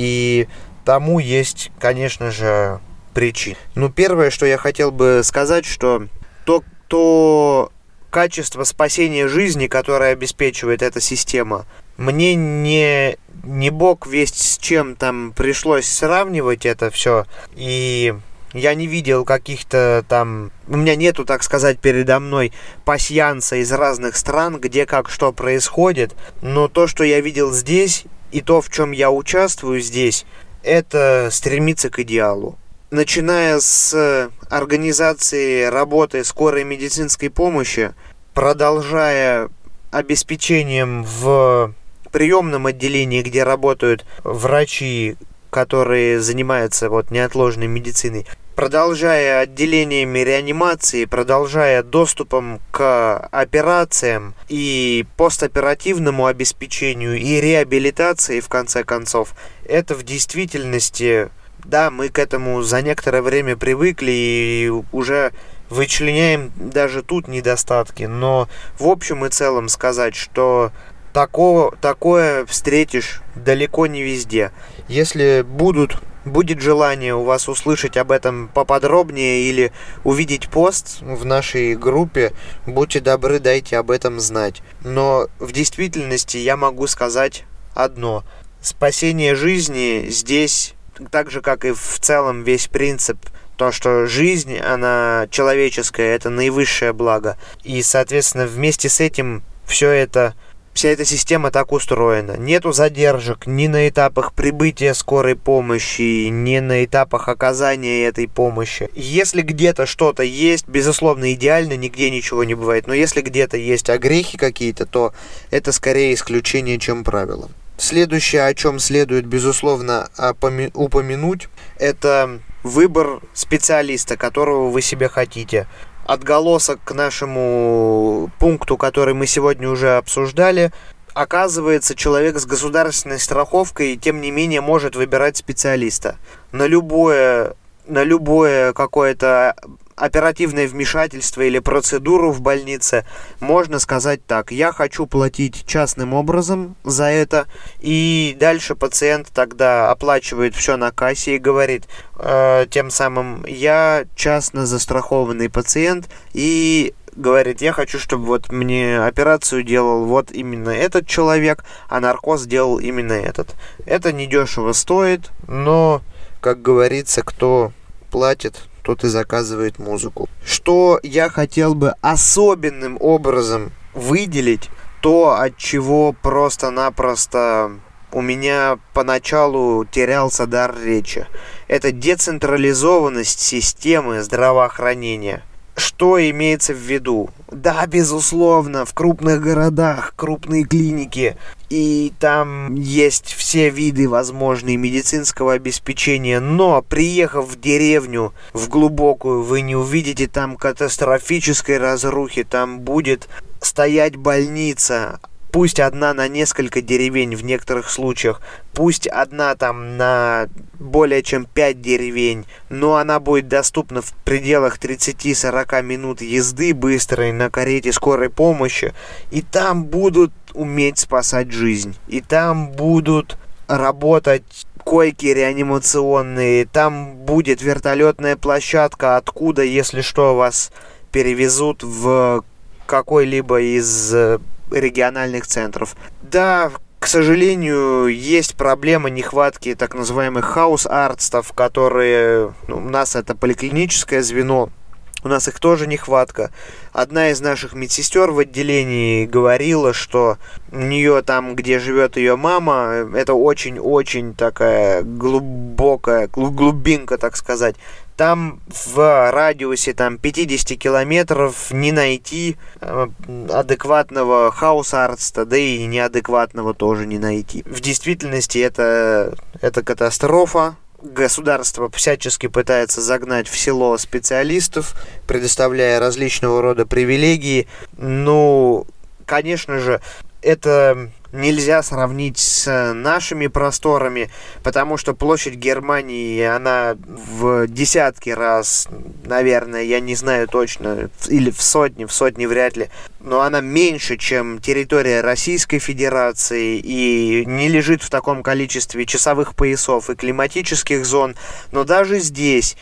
и тому есть, конечно же, причин. Ну, первое, что я хотел бы сказать, что то, то качество спасения жизни, которое обеспечивает эта система, мне не, не бог весть с чем там пришлось сравнивать это все, и я не видел каких-то там... У меня нету, так сказать, передо мной пасьянса из разных стран, где как что происходит, но то, что я видел здесь, и то, в чем я участвую здесь, это стремится к идеалу. Начиная с организации работы скорой медицинской помощи, продолжая обеспечением в приемном отделении, где работают врачи, которые занимаются вот неотложной медициной, продолжая отделениями реанимации, продолжая доступом к операциям и постоперативному обеспечению и реабилитации, в конце концов, это в действительности, да, мы к этому за некоторое время привыкли и уже вычленяем даже тут недостатки, но в общем и целом сказать, что такого, такое встретишь далеко не везде. Если будут, будет желание у вас услышать об этом поподробнее или увидеть пост в нашей группе, будьте добры, дайте об этом знать. Но в действительности я могу сказать одно. Спасение жизни здесь, так же как и в целом весь принцип, то, что жизнь, она человеческая, это наивысшее благо. И, соответственно, вместе с этим все это... Вся эта система так устроена. Нету задержек ни на этапах прибытия скорой помощи, ни на этапах оказания этой помощи. Если где-то что-то есть, безусловно, идеально, нигде ничего не бывает. Но если где-то есть огрехи какие-то, то это скорее исключение, чем правило. Следующее, о чем следует, безусловно, упомянуть, это выбор специалиста, которого вы себе хотите. Отголосок к нашему пункту, который мы сегодня уже обсуждали, оказывается, человек с государственной страховкой, тем не менее, может выбирать специалиста. На любое, на любое какое-то оперативное вмешательство или процедуру в больнице можно сказать так: я хочу платить частным образом за это, и дальше пациент тогда оплачивает все на кассе и говорит э, тем самым: я частно застрахованный пациент, и говорит: я хочу, чтобы вот мне операцию делал вот именно этот человек, а наркоз делал именно этот. Это недешево стоит, но, как говорится, кто платит, тот и заказывает музыку. Что я хотел бы особенным образом выделить, то, от чего просто-напросто у меня поначалу терялся дар речи. Это децентрализованность системы здравоохранения. Что имеется в виду? Да, безусловно, в крупных городах крупные клиники, и там есть все виды возможные медицинского обеспечения, но приехав в деревню, в глубокую, вы не увидите там катастрофической разрухи, там будет стоять больница, пусть одна на несколько деревень в некоторых случаях, пусть одна там на более чем пять деревень, но она будет доступна в пределах тридцать-сорок минут езды быстрой на карете скорой помощи, и там будут уметь спасать жизнь, и там будут работать койки реанимационные, там будет вертолетная площадка, откуда, если что, вас перевезут в какой-либо из региональных центров. Да, к сожалению, есть проблема нехватки так называемых хаус-артстов, которые, ну, у нас это поликлиническое звено, у нас их тоже нехватка. Одна из наших медсестер в отделении говорила, что у нее там, где живет ее мама, это очень-очень такая глубокая, глубинка, так сказать. Там в радиусе там, пятьдесят километров не найти адекватного хаус-арста, да и неадекватного тоже не найти. В действительности это, это катастрофа. Государство всячески пытается загнать в село специалистов, предоставляя различного рода привилегии. Ну, конечно же, это нельзя сравнить с нашими просторами, потому что площадь Германии, она в десятки раз, наверное, я не знаю точно, или в сотни, в сотни вряд ли, но она меньше, чем территория Российской Федерации и не лежит в таком количестве часовых поясов и климатических зон. Но даже здесь,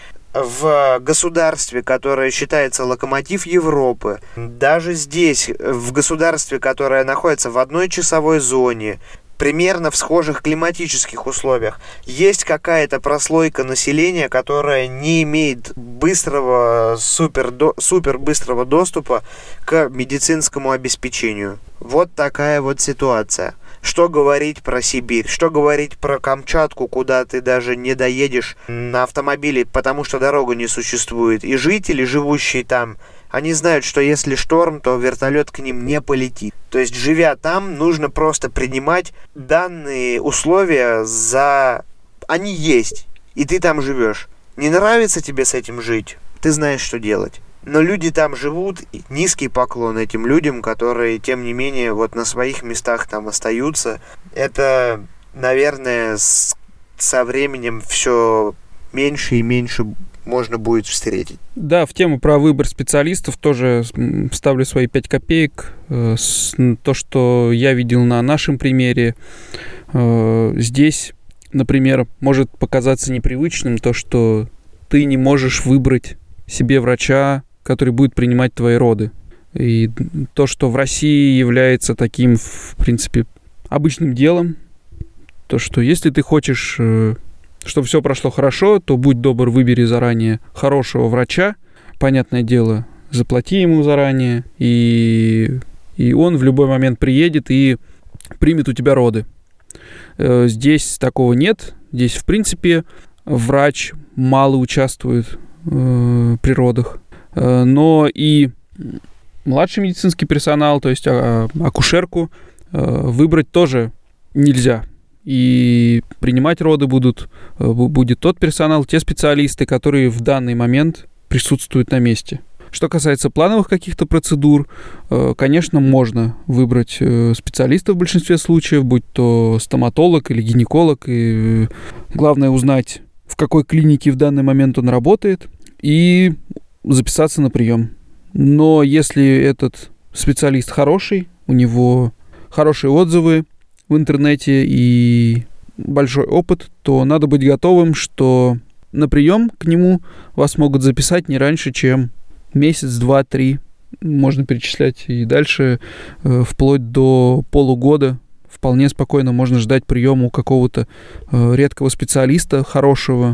в государстве, которое считается локомотив Европы, даже здесь, в государстве, которое находится в одной часовой зоне, примерно в схожих климатических условиях, есть какая-то прослойка населения, которая не имеет быстрого, супер, до, супер быстрого доступа к медицинскому обеспечению. Вот такая вот ситуация. Что говорить про Сибирь, что говорить про Камчатку, куда ты даже не доедешь на автомобиле, потому что дорога не существует. И жители, живущие там, они знают, что если шторм, то вертолет к ним не полетит. То есть, живя там, нужно просто принимать данные условия за... Они есть, и ты там живешь. Не нравится тебе с этим жить? Ты знаешь, что делать. Но люди там живут, и низкий поклон этим людям, которые, тем не менее, вот на своих местах там остаются. Это, наверное, с, со временем все меньше и меньше можно будет встретить. Да, в тему про выбор специалистов тоже ставлю свои пять копеек. То, что я видел на нашем примере, здесь, например, может показаться непривычным то, что ты не можешь выбрать себе врача, который будет принимать твои роды. И то, что в России является таким, в принципе, обычным делом, то, что если ты хочешь, чтобы все прошло хорошо, то будь добр, выбери заранее хорошего врача. Понятное дело, заплати ему заранее, и, и он в любой момент приедет и примет у тебя роды. Здесь такого нет. Здесь, в принципе, врач мало участвует э, при родах. Но и младший медицинский персонал, то есть акушерку, выбрать тоже нельзя. И принимать роды будут, будет тот персонал, те специалисты, которые в данный момент присутствуют на месте. Что касается плановых каких-то процедур, конечно, можно выбрать специалиста в большинстве случаев, будь то стоматолог или гинеколог. И главное узнать, в какой клинике в данный момент он работает, и записаться на прием. Но если этот специалист хороший, у него хорошие отзывы в интернете и большой опыт, то надо быть готовым, что на прием к нему вас могут записать не раньше, чем месяц, два, три. Можно перечислять и дальше, э, вплоть до полугода. Вполне спокойно можно ждать приема у какого-то э, редкого специалиста, хорошего.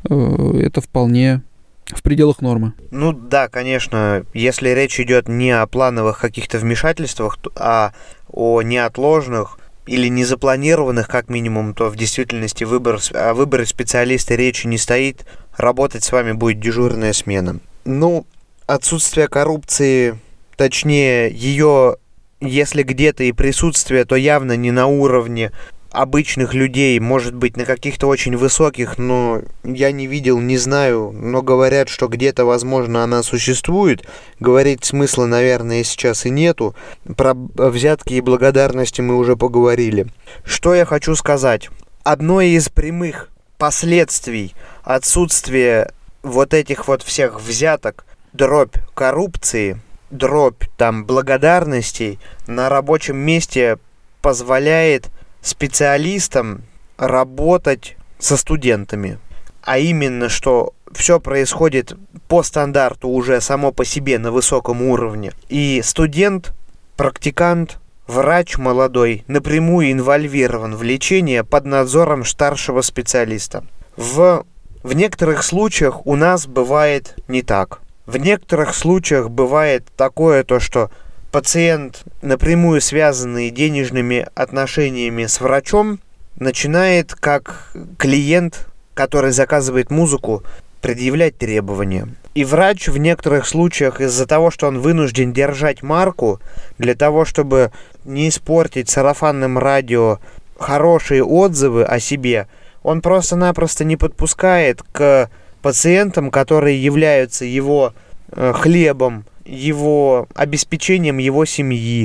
Э, это вполне в пределах нормы. Ну да, конечно, если речь идет не о плановых каких-то вмешательствах, а о неотложных или незапланированных, как минимум, то в действительности выбор, о выборе специалиста речи не стоит. Работать с вами будет дежурная смена. Ну, отсутствие коррупции, точнее, ее, если где-то и присутствие, то явно не на уровне обычных людей, может быть, на каких-то очень высоких, но я не видел, не знаю, но говорят, что где-то, возможно, она существует. Говорить смысла, наверное, сейчас и нету. Про взятки и благодарности мы уже поговорили. Что я хочу сказать? Одно из прямых последствий отсутствия вот этих вот всех взяток, дробь коррупции, дробь там благодарностей на рабочем месте позволяет специалистам работать со студентами. А именно, что все происходит по стандарту уже само по себе на высоком уровне. И студент, практикант, врач молодой напрямую инвольвирован в лечение под надзором старшего специалиста. В, в некоторых случаях у нас бывает не так. В некоторых случаях бывает такое, то, что пациент, напрямую связанный денежными отношениями с врачом, начинает как клиент, который заказывает музыку, предъявлять требования. И врач в некоторых случаях из-за того, что он вынужден держать марку, для того, чтобы не испортить сарафанным радио хорошие отзывы о себе, он просто-напросто не подпускает к пациентам, которые являются его э, хлебом, его обеспечением его семьи,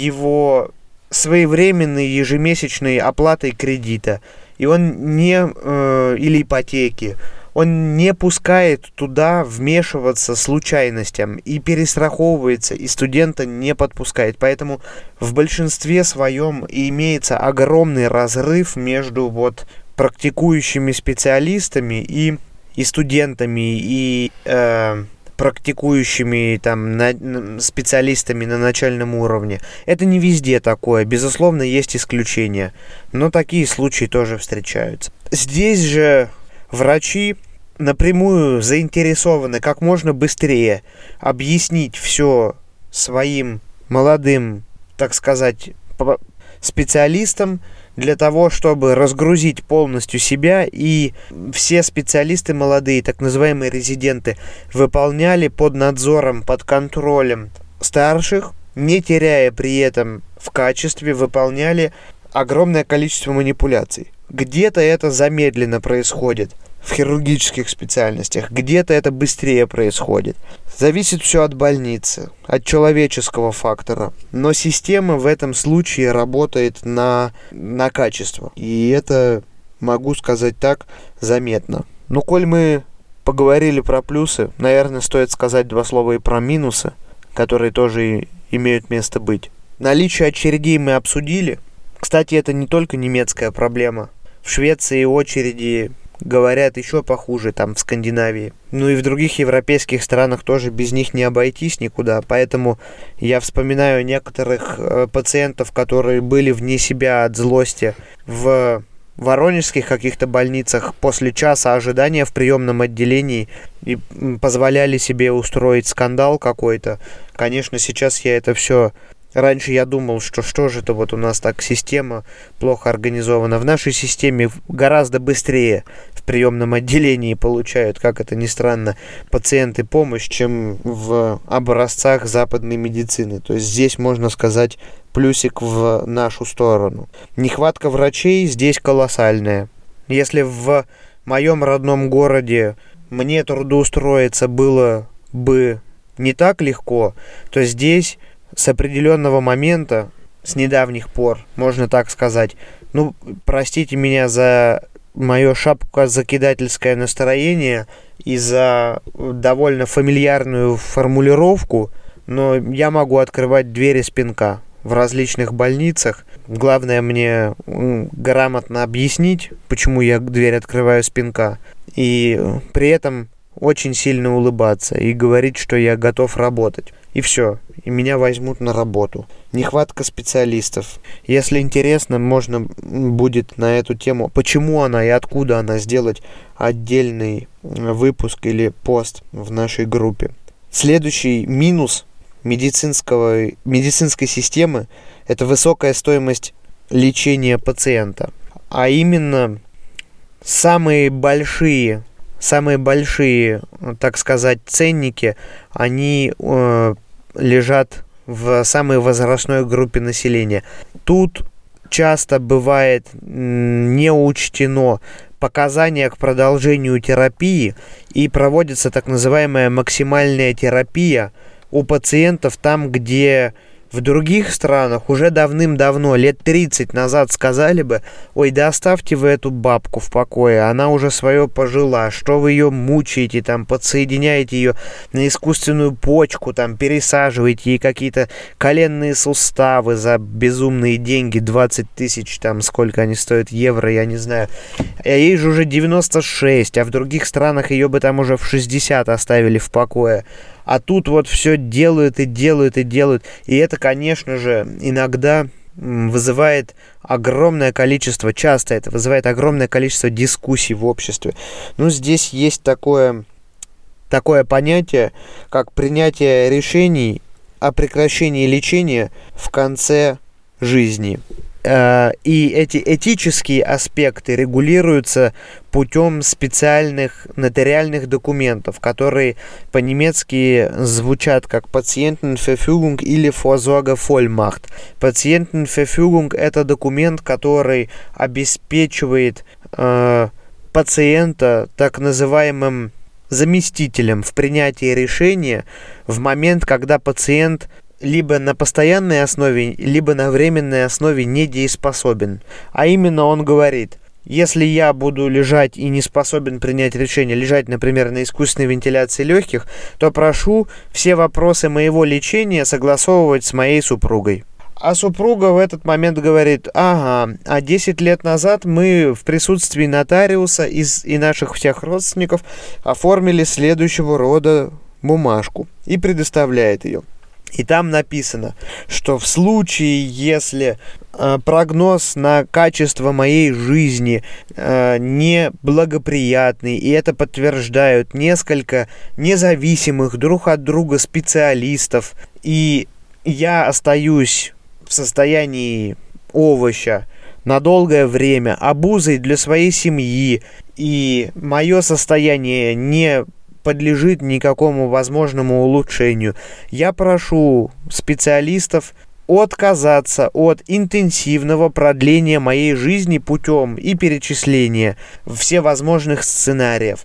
его своевременной ежемесячной оплатой кредита, и он не э, или ипотеки. Он не пускает туда вмешиваться случайностям и перестраховывается, и студента не подпускает. Поэтому в большинстве своем имеется огромный разрыв между вот практикующими специалистами и, и студентами, и э, практикующими там, на, специалистами на начальном уровне. Это не везде такое, безусловно, есть исключения, но такие случаи тоже встречаются. Здесь же врачи напрямую заинтересованы как можно быстрее объяснить все своим молодым, так сказать, специалистам, для того, чтобы разгрузить полностью себя, и все специалисты молодые, так называемые резиденты, выполняли под надзором, под контролем старших, не теряя при этом в качестве, выполняли огромное количество манипуляций. Где-то это замедленно происходит в хирургических специальностях, где-то это быстрее происходит. Зависит все от больницы, от человеческого фактора. Но система в этом случае работает на, на качество. И это, могу сказать так, заметно. Ну, коль мы поговорили про плюсы, наверное, стоит сказать два слова и про минусы, которые тоже имеют место быть. Наличие очередей мы обсудили. Кстати, это не только немецкая проблема. В Швеции очереди, говорят, еще похуже, там в Скандинавии. Ну и в других европейских странах тоже без них не обойтись никуда. Поэтому я вспоминаю некоторых э, пациентов, которые были вне себя от злости в воронежских каких-то больницах после часа ожидания в приемном отделении и позволяли себе устроить скандал какой-то. Конечно, сейчас я это все... Раньше я думал, что что же это вот у нас так система плохо организована. В нашей системе гораздо быстрее в приемном отделении получают, как это ни странно, пациенты помощь, чем в образцах западной медицины. То есть здесь можно сказать плюсик в нашу сторону. Нехватка врачей здесь колоссальная. Если в моем родном городе мне трудоустроиться было бы не так легко, то здесь с определенного момента, с недавних пор, можно так сказать, ну, простите меня за мое шапкозакидательское настроение и за довольно фамильярную формулировку, но я могу открывать двери с пинка в различных больницах. Главное мне грамотно объяснить, почему я дверь открываю с пинка, и при этом очень сильно улыбаться и говорить, что я готов работать. И все, и меня возьмут на работу. Нехватка специалистов. Если интересно, можно будет на эту тему, почему она и откуда она, сделать отдельный выпуск или пост в нашей группе. Следующий минус медицинского, медицинской системы – это высокая стоимость лечения пациента. А именно, самые большие... Самые большие, так сказать, ценники, они э, лежат в самой возрастной группе населения. Тут часто бывает не учтено показания к продолжению терапии, и проводится так называемая максимальная терапия у пациентов там, где в других странах уже давным-давно, лет тридцать назад сказали бы: ой, да оставьте вы эту бабку в покое, она уже свое пожила, что вы ее мучаете, там, подсоединяете ее на искусственную почку, там, пересаживаете ей какие-то коленные суставы за безумные деньги, двадцать тысяч, там, сколько они стоят, евро, я не знаю. А ей же уже девяносто шесть, а в других странах ее бы там уже в шестьдесят оставили в покое. А тут вот все делают и делают и делают. И это, конечно же, иногда вызывает огромное количество, часто это вызывает огромное количество дискуссий в обществе. Ну, здесь есть такое такое понятие, как принятие решений о прекращении лечения в конце жизни. И эти этические аспекты регулируются путем специальных нотариальных документов, которые по-немецки звучат как Patientenverfügung или Vorsorgevollmacht. Patientenverfügung – это документ, который обеспечивает э, пациента так называемым заместителем в принятии решения в момент, когда пациент либо на постоянной основе, либо на временной основе недееспособен. А именно он говорит: если я буду лежать и не способен принять решение, лежать, например, на искусственной вентиляции легких, то прошу все вопросы моего лечения согласовывать с моей супругой. А супруга в этот момент говорит: ага, а десять лет назад мы в присутствии нотариуса из, и наших всех родственников оформили следующего рода бумажку, и предоставляет ее. И там написано, что в случае, если э, прогноз на качество моей жизни э, неблагоприятный, и это подтверждают несколько независимых друг от друга специалистов, и я остаюсь в состоянии овоща на долгое время, обузой для своей семьи, и мое состояние не подлежит никакому возможному улучшению, я прошу специалистов отказаться от интенсивного продления моей жизни путем и перечисления всевозможных сценариев,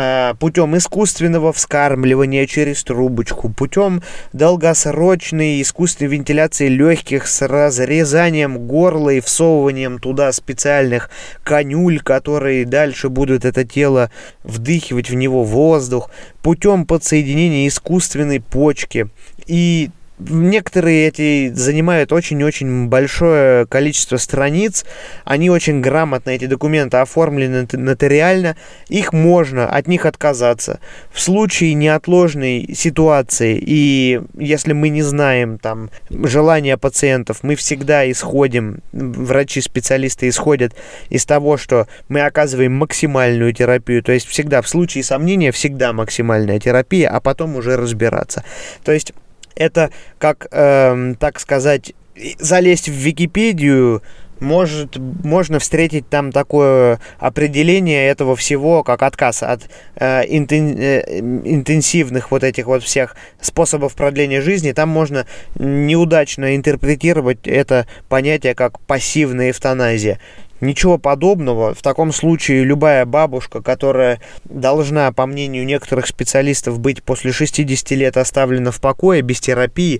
путем искусственного вскармливания через трубочку, путем долгосрочной искусственной вентиляции легких с разрезанием горла и всовыванием туда специальных канюль, которые дальше будут это тело вдыхивать в него воздух, путем подсоединения искусственной почки. И некоторые эти занимают очень-очень большое количество страниц, они очень грамотно, эти документы оформлены нотариально, их можно от них отказаться. В случае неотложной ситуации, и если мы не знаем там желания пациентов, мы всегда исходим, врачи-специалисты исходят из того, что мы оказываем максимальную терапию, то есть всегда в случае сомнения всегда максимальная терапия, а потом уже разбираться. То есть это, как, э, так сказать, залезть в Википедию, может, можно встретить там такое определение этого всего, как отказ от э, интен, э, интенсивных вот этих вот всех способов продления жизни. Там можно неудачно интерпретировать это понятие как пассивная эвтаназия. Ничего подобного. В таком случае любая бабушка, которая должна, по мнению некоторых специалистов, быть после шестидесяти лет оставлена в покое, без терапии,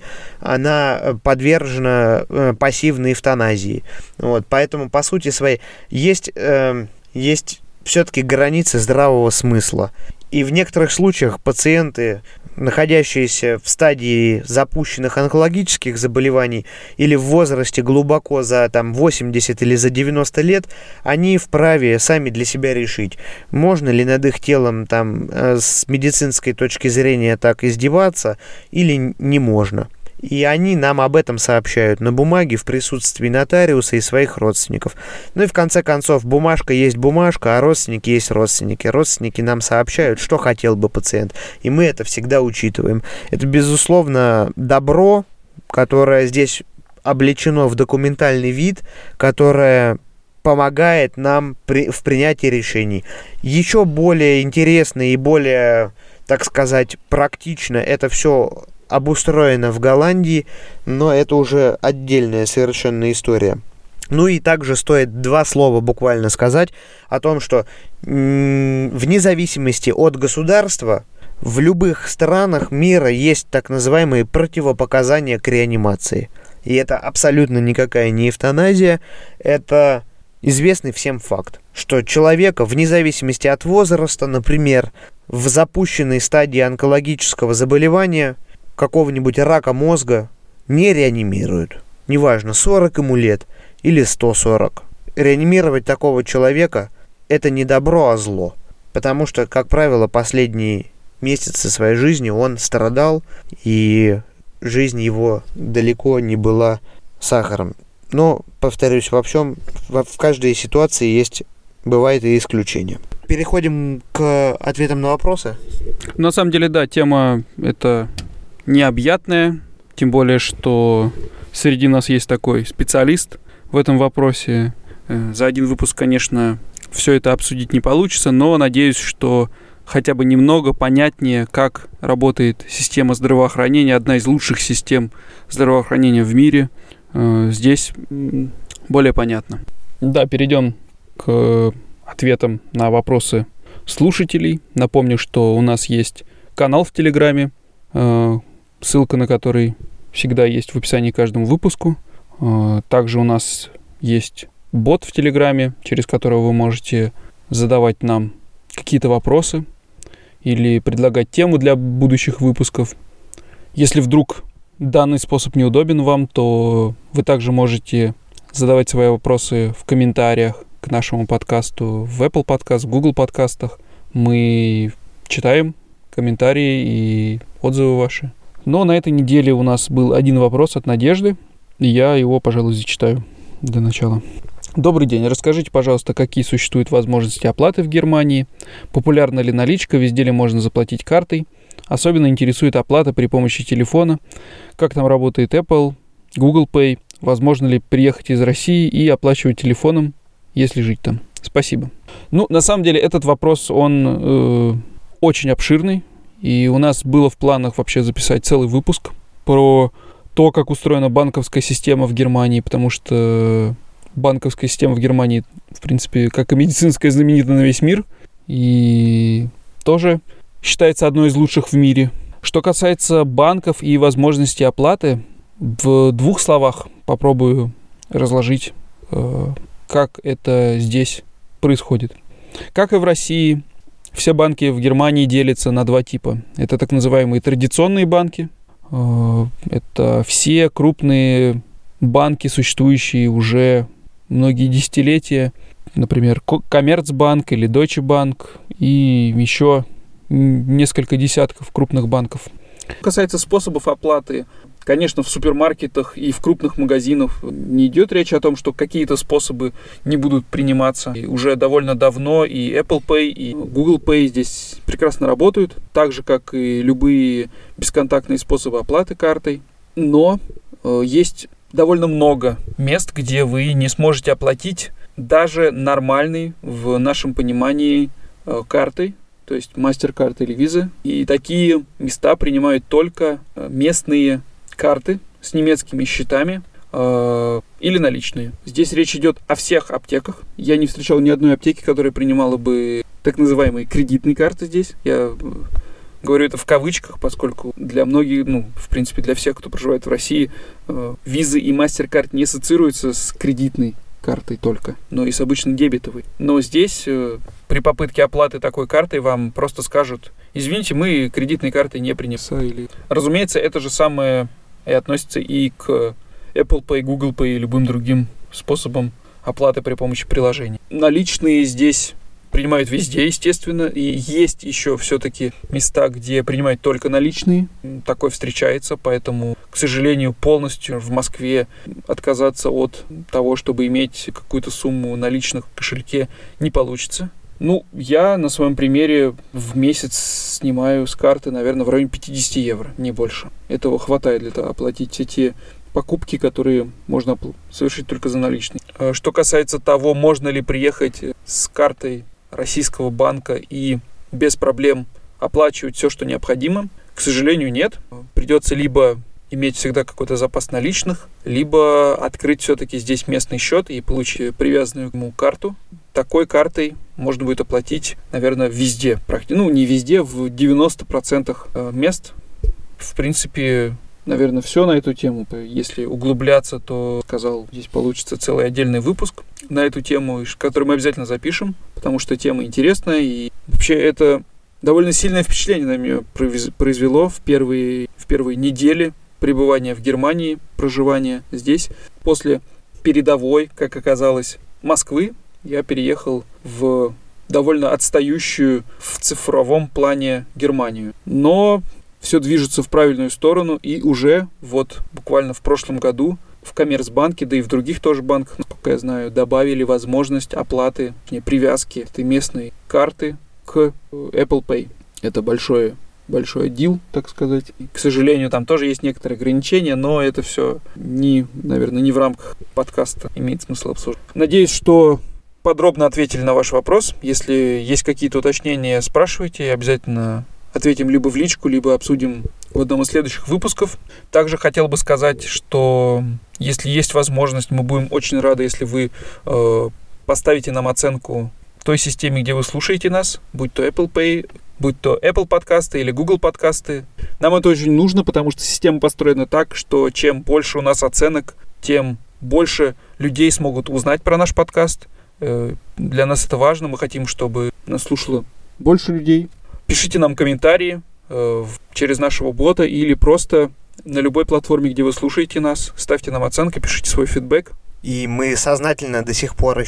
она подвержена э, пассивной эвтаназии. Вот. Поэтому, по сути своей, есть, э, есть все-таки границы здравого смысла. И в некоторых случаях пациенты, находящиеся в стадии запущенных онкологических заболеваний или в возрасте глубоко за там, восемьдесят или за девяносто лет, они вправе сами для себя решить, можно ли над их телом там, с медицинской точки зрения так издеваться или не можно. И они нам об этом сообщают на бумаге в присутствии нотариуса и своих родственников. Ну и в конце концов, бумажка есть бумажка, а родственники есть родственники. Родственники нам сообщают, что хотел бы пациент, и мы это всегда учитываем. Это, безусловно, добро, которое здесь облечено в документальный вид, которое помогает нам при, в принятии решений. Еще более интересно и более, так сказать, практично это все обустроено в Голландии, но это уже отдельная совершенно история. Ну и также стоит два слова буквально сказать о том, что м- вне зависимости от государства в любых странах мира есть так называемые противопоказания к реанимации. И это абсолютно никакая не эвтаназия, это известный всем факт, что человека вне зависимости от возраста, например, в запущенной стадии онкологического заболевания, какого-нибудь рака мозга, не реанимируют. Неважно, сорок ему лет или сто сорок. Реанимировать такого человека – это не добро, а зло. Потому что, как правило, последние месяцы своей жизни он страдал, и жизнь его далеко не была сахаром. Но, повторюсь, во всем, в каждой ситуации есть, бывает и исключение. Переходим к ответам на вопросы. На самом деле, да, тема это необъятная, тем более, что среди нас есть такой специалист в этом вопросе. За один выпуск, конечно, все это обсудить не получится, но надеюсь, что хотя бы немного понятнее, как работает система здравоохранения, одна из лучших систем здравоохранения в мире. Здесь более понятно. Да, перейдем к ответам на вопросы слушателей. Напомню, что у нас есть канал в Телеграме, ссылка на который всегда есть в описании к каждому выпуску. Также у нас есть бот в Телеграме, через которого вы можете задавать нам какие-то вопросы или предлагать тему для будущих выпусков. Если вдруг данный способ неудобен вам, то вы также можете задавать свои вопросы в комментариях к нашему подкасту в Apple Podcast, в Google подкастах. Мы читаем комментарии и отзывы ваши. Но на этой неделе у нас был один вопрос от Надежды, и я его, пожалуй, зачитаю для начала. Добрый день. Расскажите, пожалуйста, какие существуют возможности оплаты в Германии? Популярна ли наличка? Везде ли можно заплатить картой? Особенно интересует оплата при помощи телефона. Как там работает Apple, Google Pay? Возможно ли приехать из России и оплачивать телефоном, если жить там? Спасибо. Ну, на самом деле, этот вопрос, он э, очень обширный. И у нас было в планах вообще записать целый выпуск про то, как устроена банковская система в Германии, потому что банковская система в Германии, в принципе, как и медицинская, знаменита на весь мир. И тоже считается одной из лучших в мире. Что касается банков и возможности оплаты, в двух словах попробую разложить, как это здесь происходит. Как и в России, все банки в Германии делятся на два типа. Это так называемые традиционные банки. Это все крупные банки, существующие уже многие десятилетия. Например, Коммерцбанк или Deutsche Bank и еще несколько десятков крупных банков. Что касается способов оплаты, конечно, в супермаркетах и в крупных магазинах не идет речь о том, что какие-то способы не будут приниматься. И уже довольно давно и Apple Pay, и Google Pay здесь прекрасно работают, так же, как и любые бесконтактные способы оплаты картой. Но э, есть довольно много мест, где вы не сможете оплатить даже нормальной, в нашем понимании, э, картой, то есть MasterCard или Visa. И такие места принимают только местные карты с немецкими счетами э, или наличные. Здесь речь идет о всех аптеках. Я не встречал ни одной аптеки, которая принимала бы так называемые кредитные карты здесь. Я говорю это в кавычках, поскольку для многих, ну, в принципе, для всех, кто проживает в России, э, Visa и MasterCard не ассоциируются с кредитной картой только, но и с обычной дебетовой. Но здесь э, при попытке оплаты такой картой вам просто скажут: извините, мы кредитной картой не принимаем. Разумеется, это же самое и относится и к Apple Pay, Google Pay и любым другим способам оплаты при помощи приложений. Наличные здесь принимают везде, естественно, и есть еще все-таки места, где принимают только наличные. Такое встречается, поэтому, к сожалению, полностью в Москве отказаться от того, чтобы иметь какую-то сумму наличных в кошельке, не получится. Ну, я на своем примере в месяц снимаю с карты, наверное, в районе пятьдесят евро, не больше. Этого хватает для того, оплатить все те покупки, которые можно совершить только за наличные. Что касается того, можно ли приехать с картой российского банка и без проблем оплачивать все, что необходимо, к сожалению, нет. Придется либо иметь всегда какой-то запас наличных, либо открыть все-таки здесь местный счет и получить привязанную к нему карту. Такой картой можно будет оплатить, наверное, везде. Ну, не везде, в девяноста процентах мест. В принципе, наверное, все на эту тему. Если углубляться, то, сказал, здесь получится целый отдельный выпуск на эту тему, который мы обязательно запишем, потому что тема интересная. И вообще это довольно сильное впечатление на меня произвело в первые, в первые недели пребывания в Германии, проживания здесь. После передовой, как оказалось, Москвы, я переехал в довольно отстающую в цифровом плане Германию. Но все движется в правильную сторону, и уже вот буквально в прошлом году в Коммерцбанке, да и в других тоже банках, насколько я знаю, добавили возможность оплаты, привязки этой местной карты к Apple Pay. Это большое большой отдел, так сказать. И, к сожалению, там тоже есть некоторые ограничения, но это все не, наверное, не в рамках подкаста имеет смысл обсуждать. Надеюсь, что подробно ответили на ваш вопрос. Если есть какие-то уточнения, спрашивайте, обязательно ответим либо в личку, либо обсудим в одном из следующих выпусков. Также хотел бы сказать, что если есть возможность, мы будем очень рады, если вы э, поставите нам оценку в той системе, где вы слушаете нас, будь то Apple Pay, будь то Apple подкасты или Google подкасты. Нам это очень нужно, потому что система построена так, что чем больше у нас оценок, тем больше людей смогут узнать про наш подкаст. Э, для нас это важно, мы хотим, чтобы нас слушало больше людей. Пишите нам комментарии э, через нашего бота или просто на любой платформе, где вы слушаете нас. Ставьте нам оценки, пишите свой фидбэк. И мы сознательно до сих пор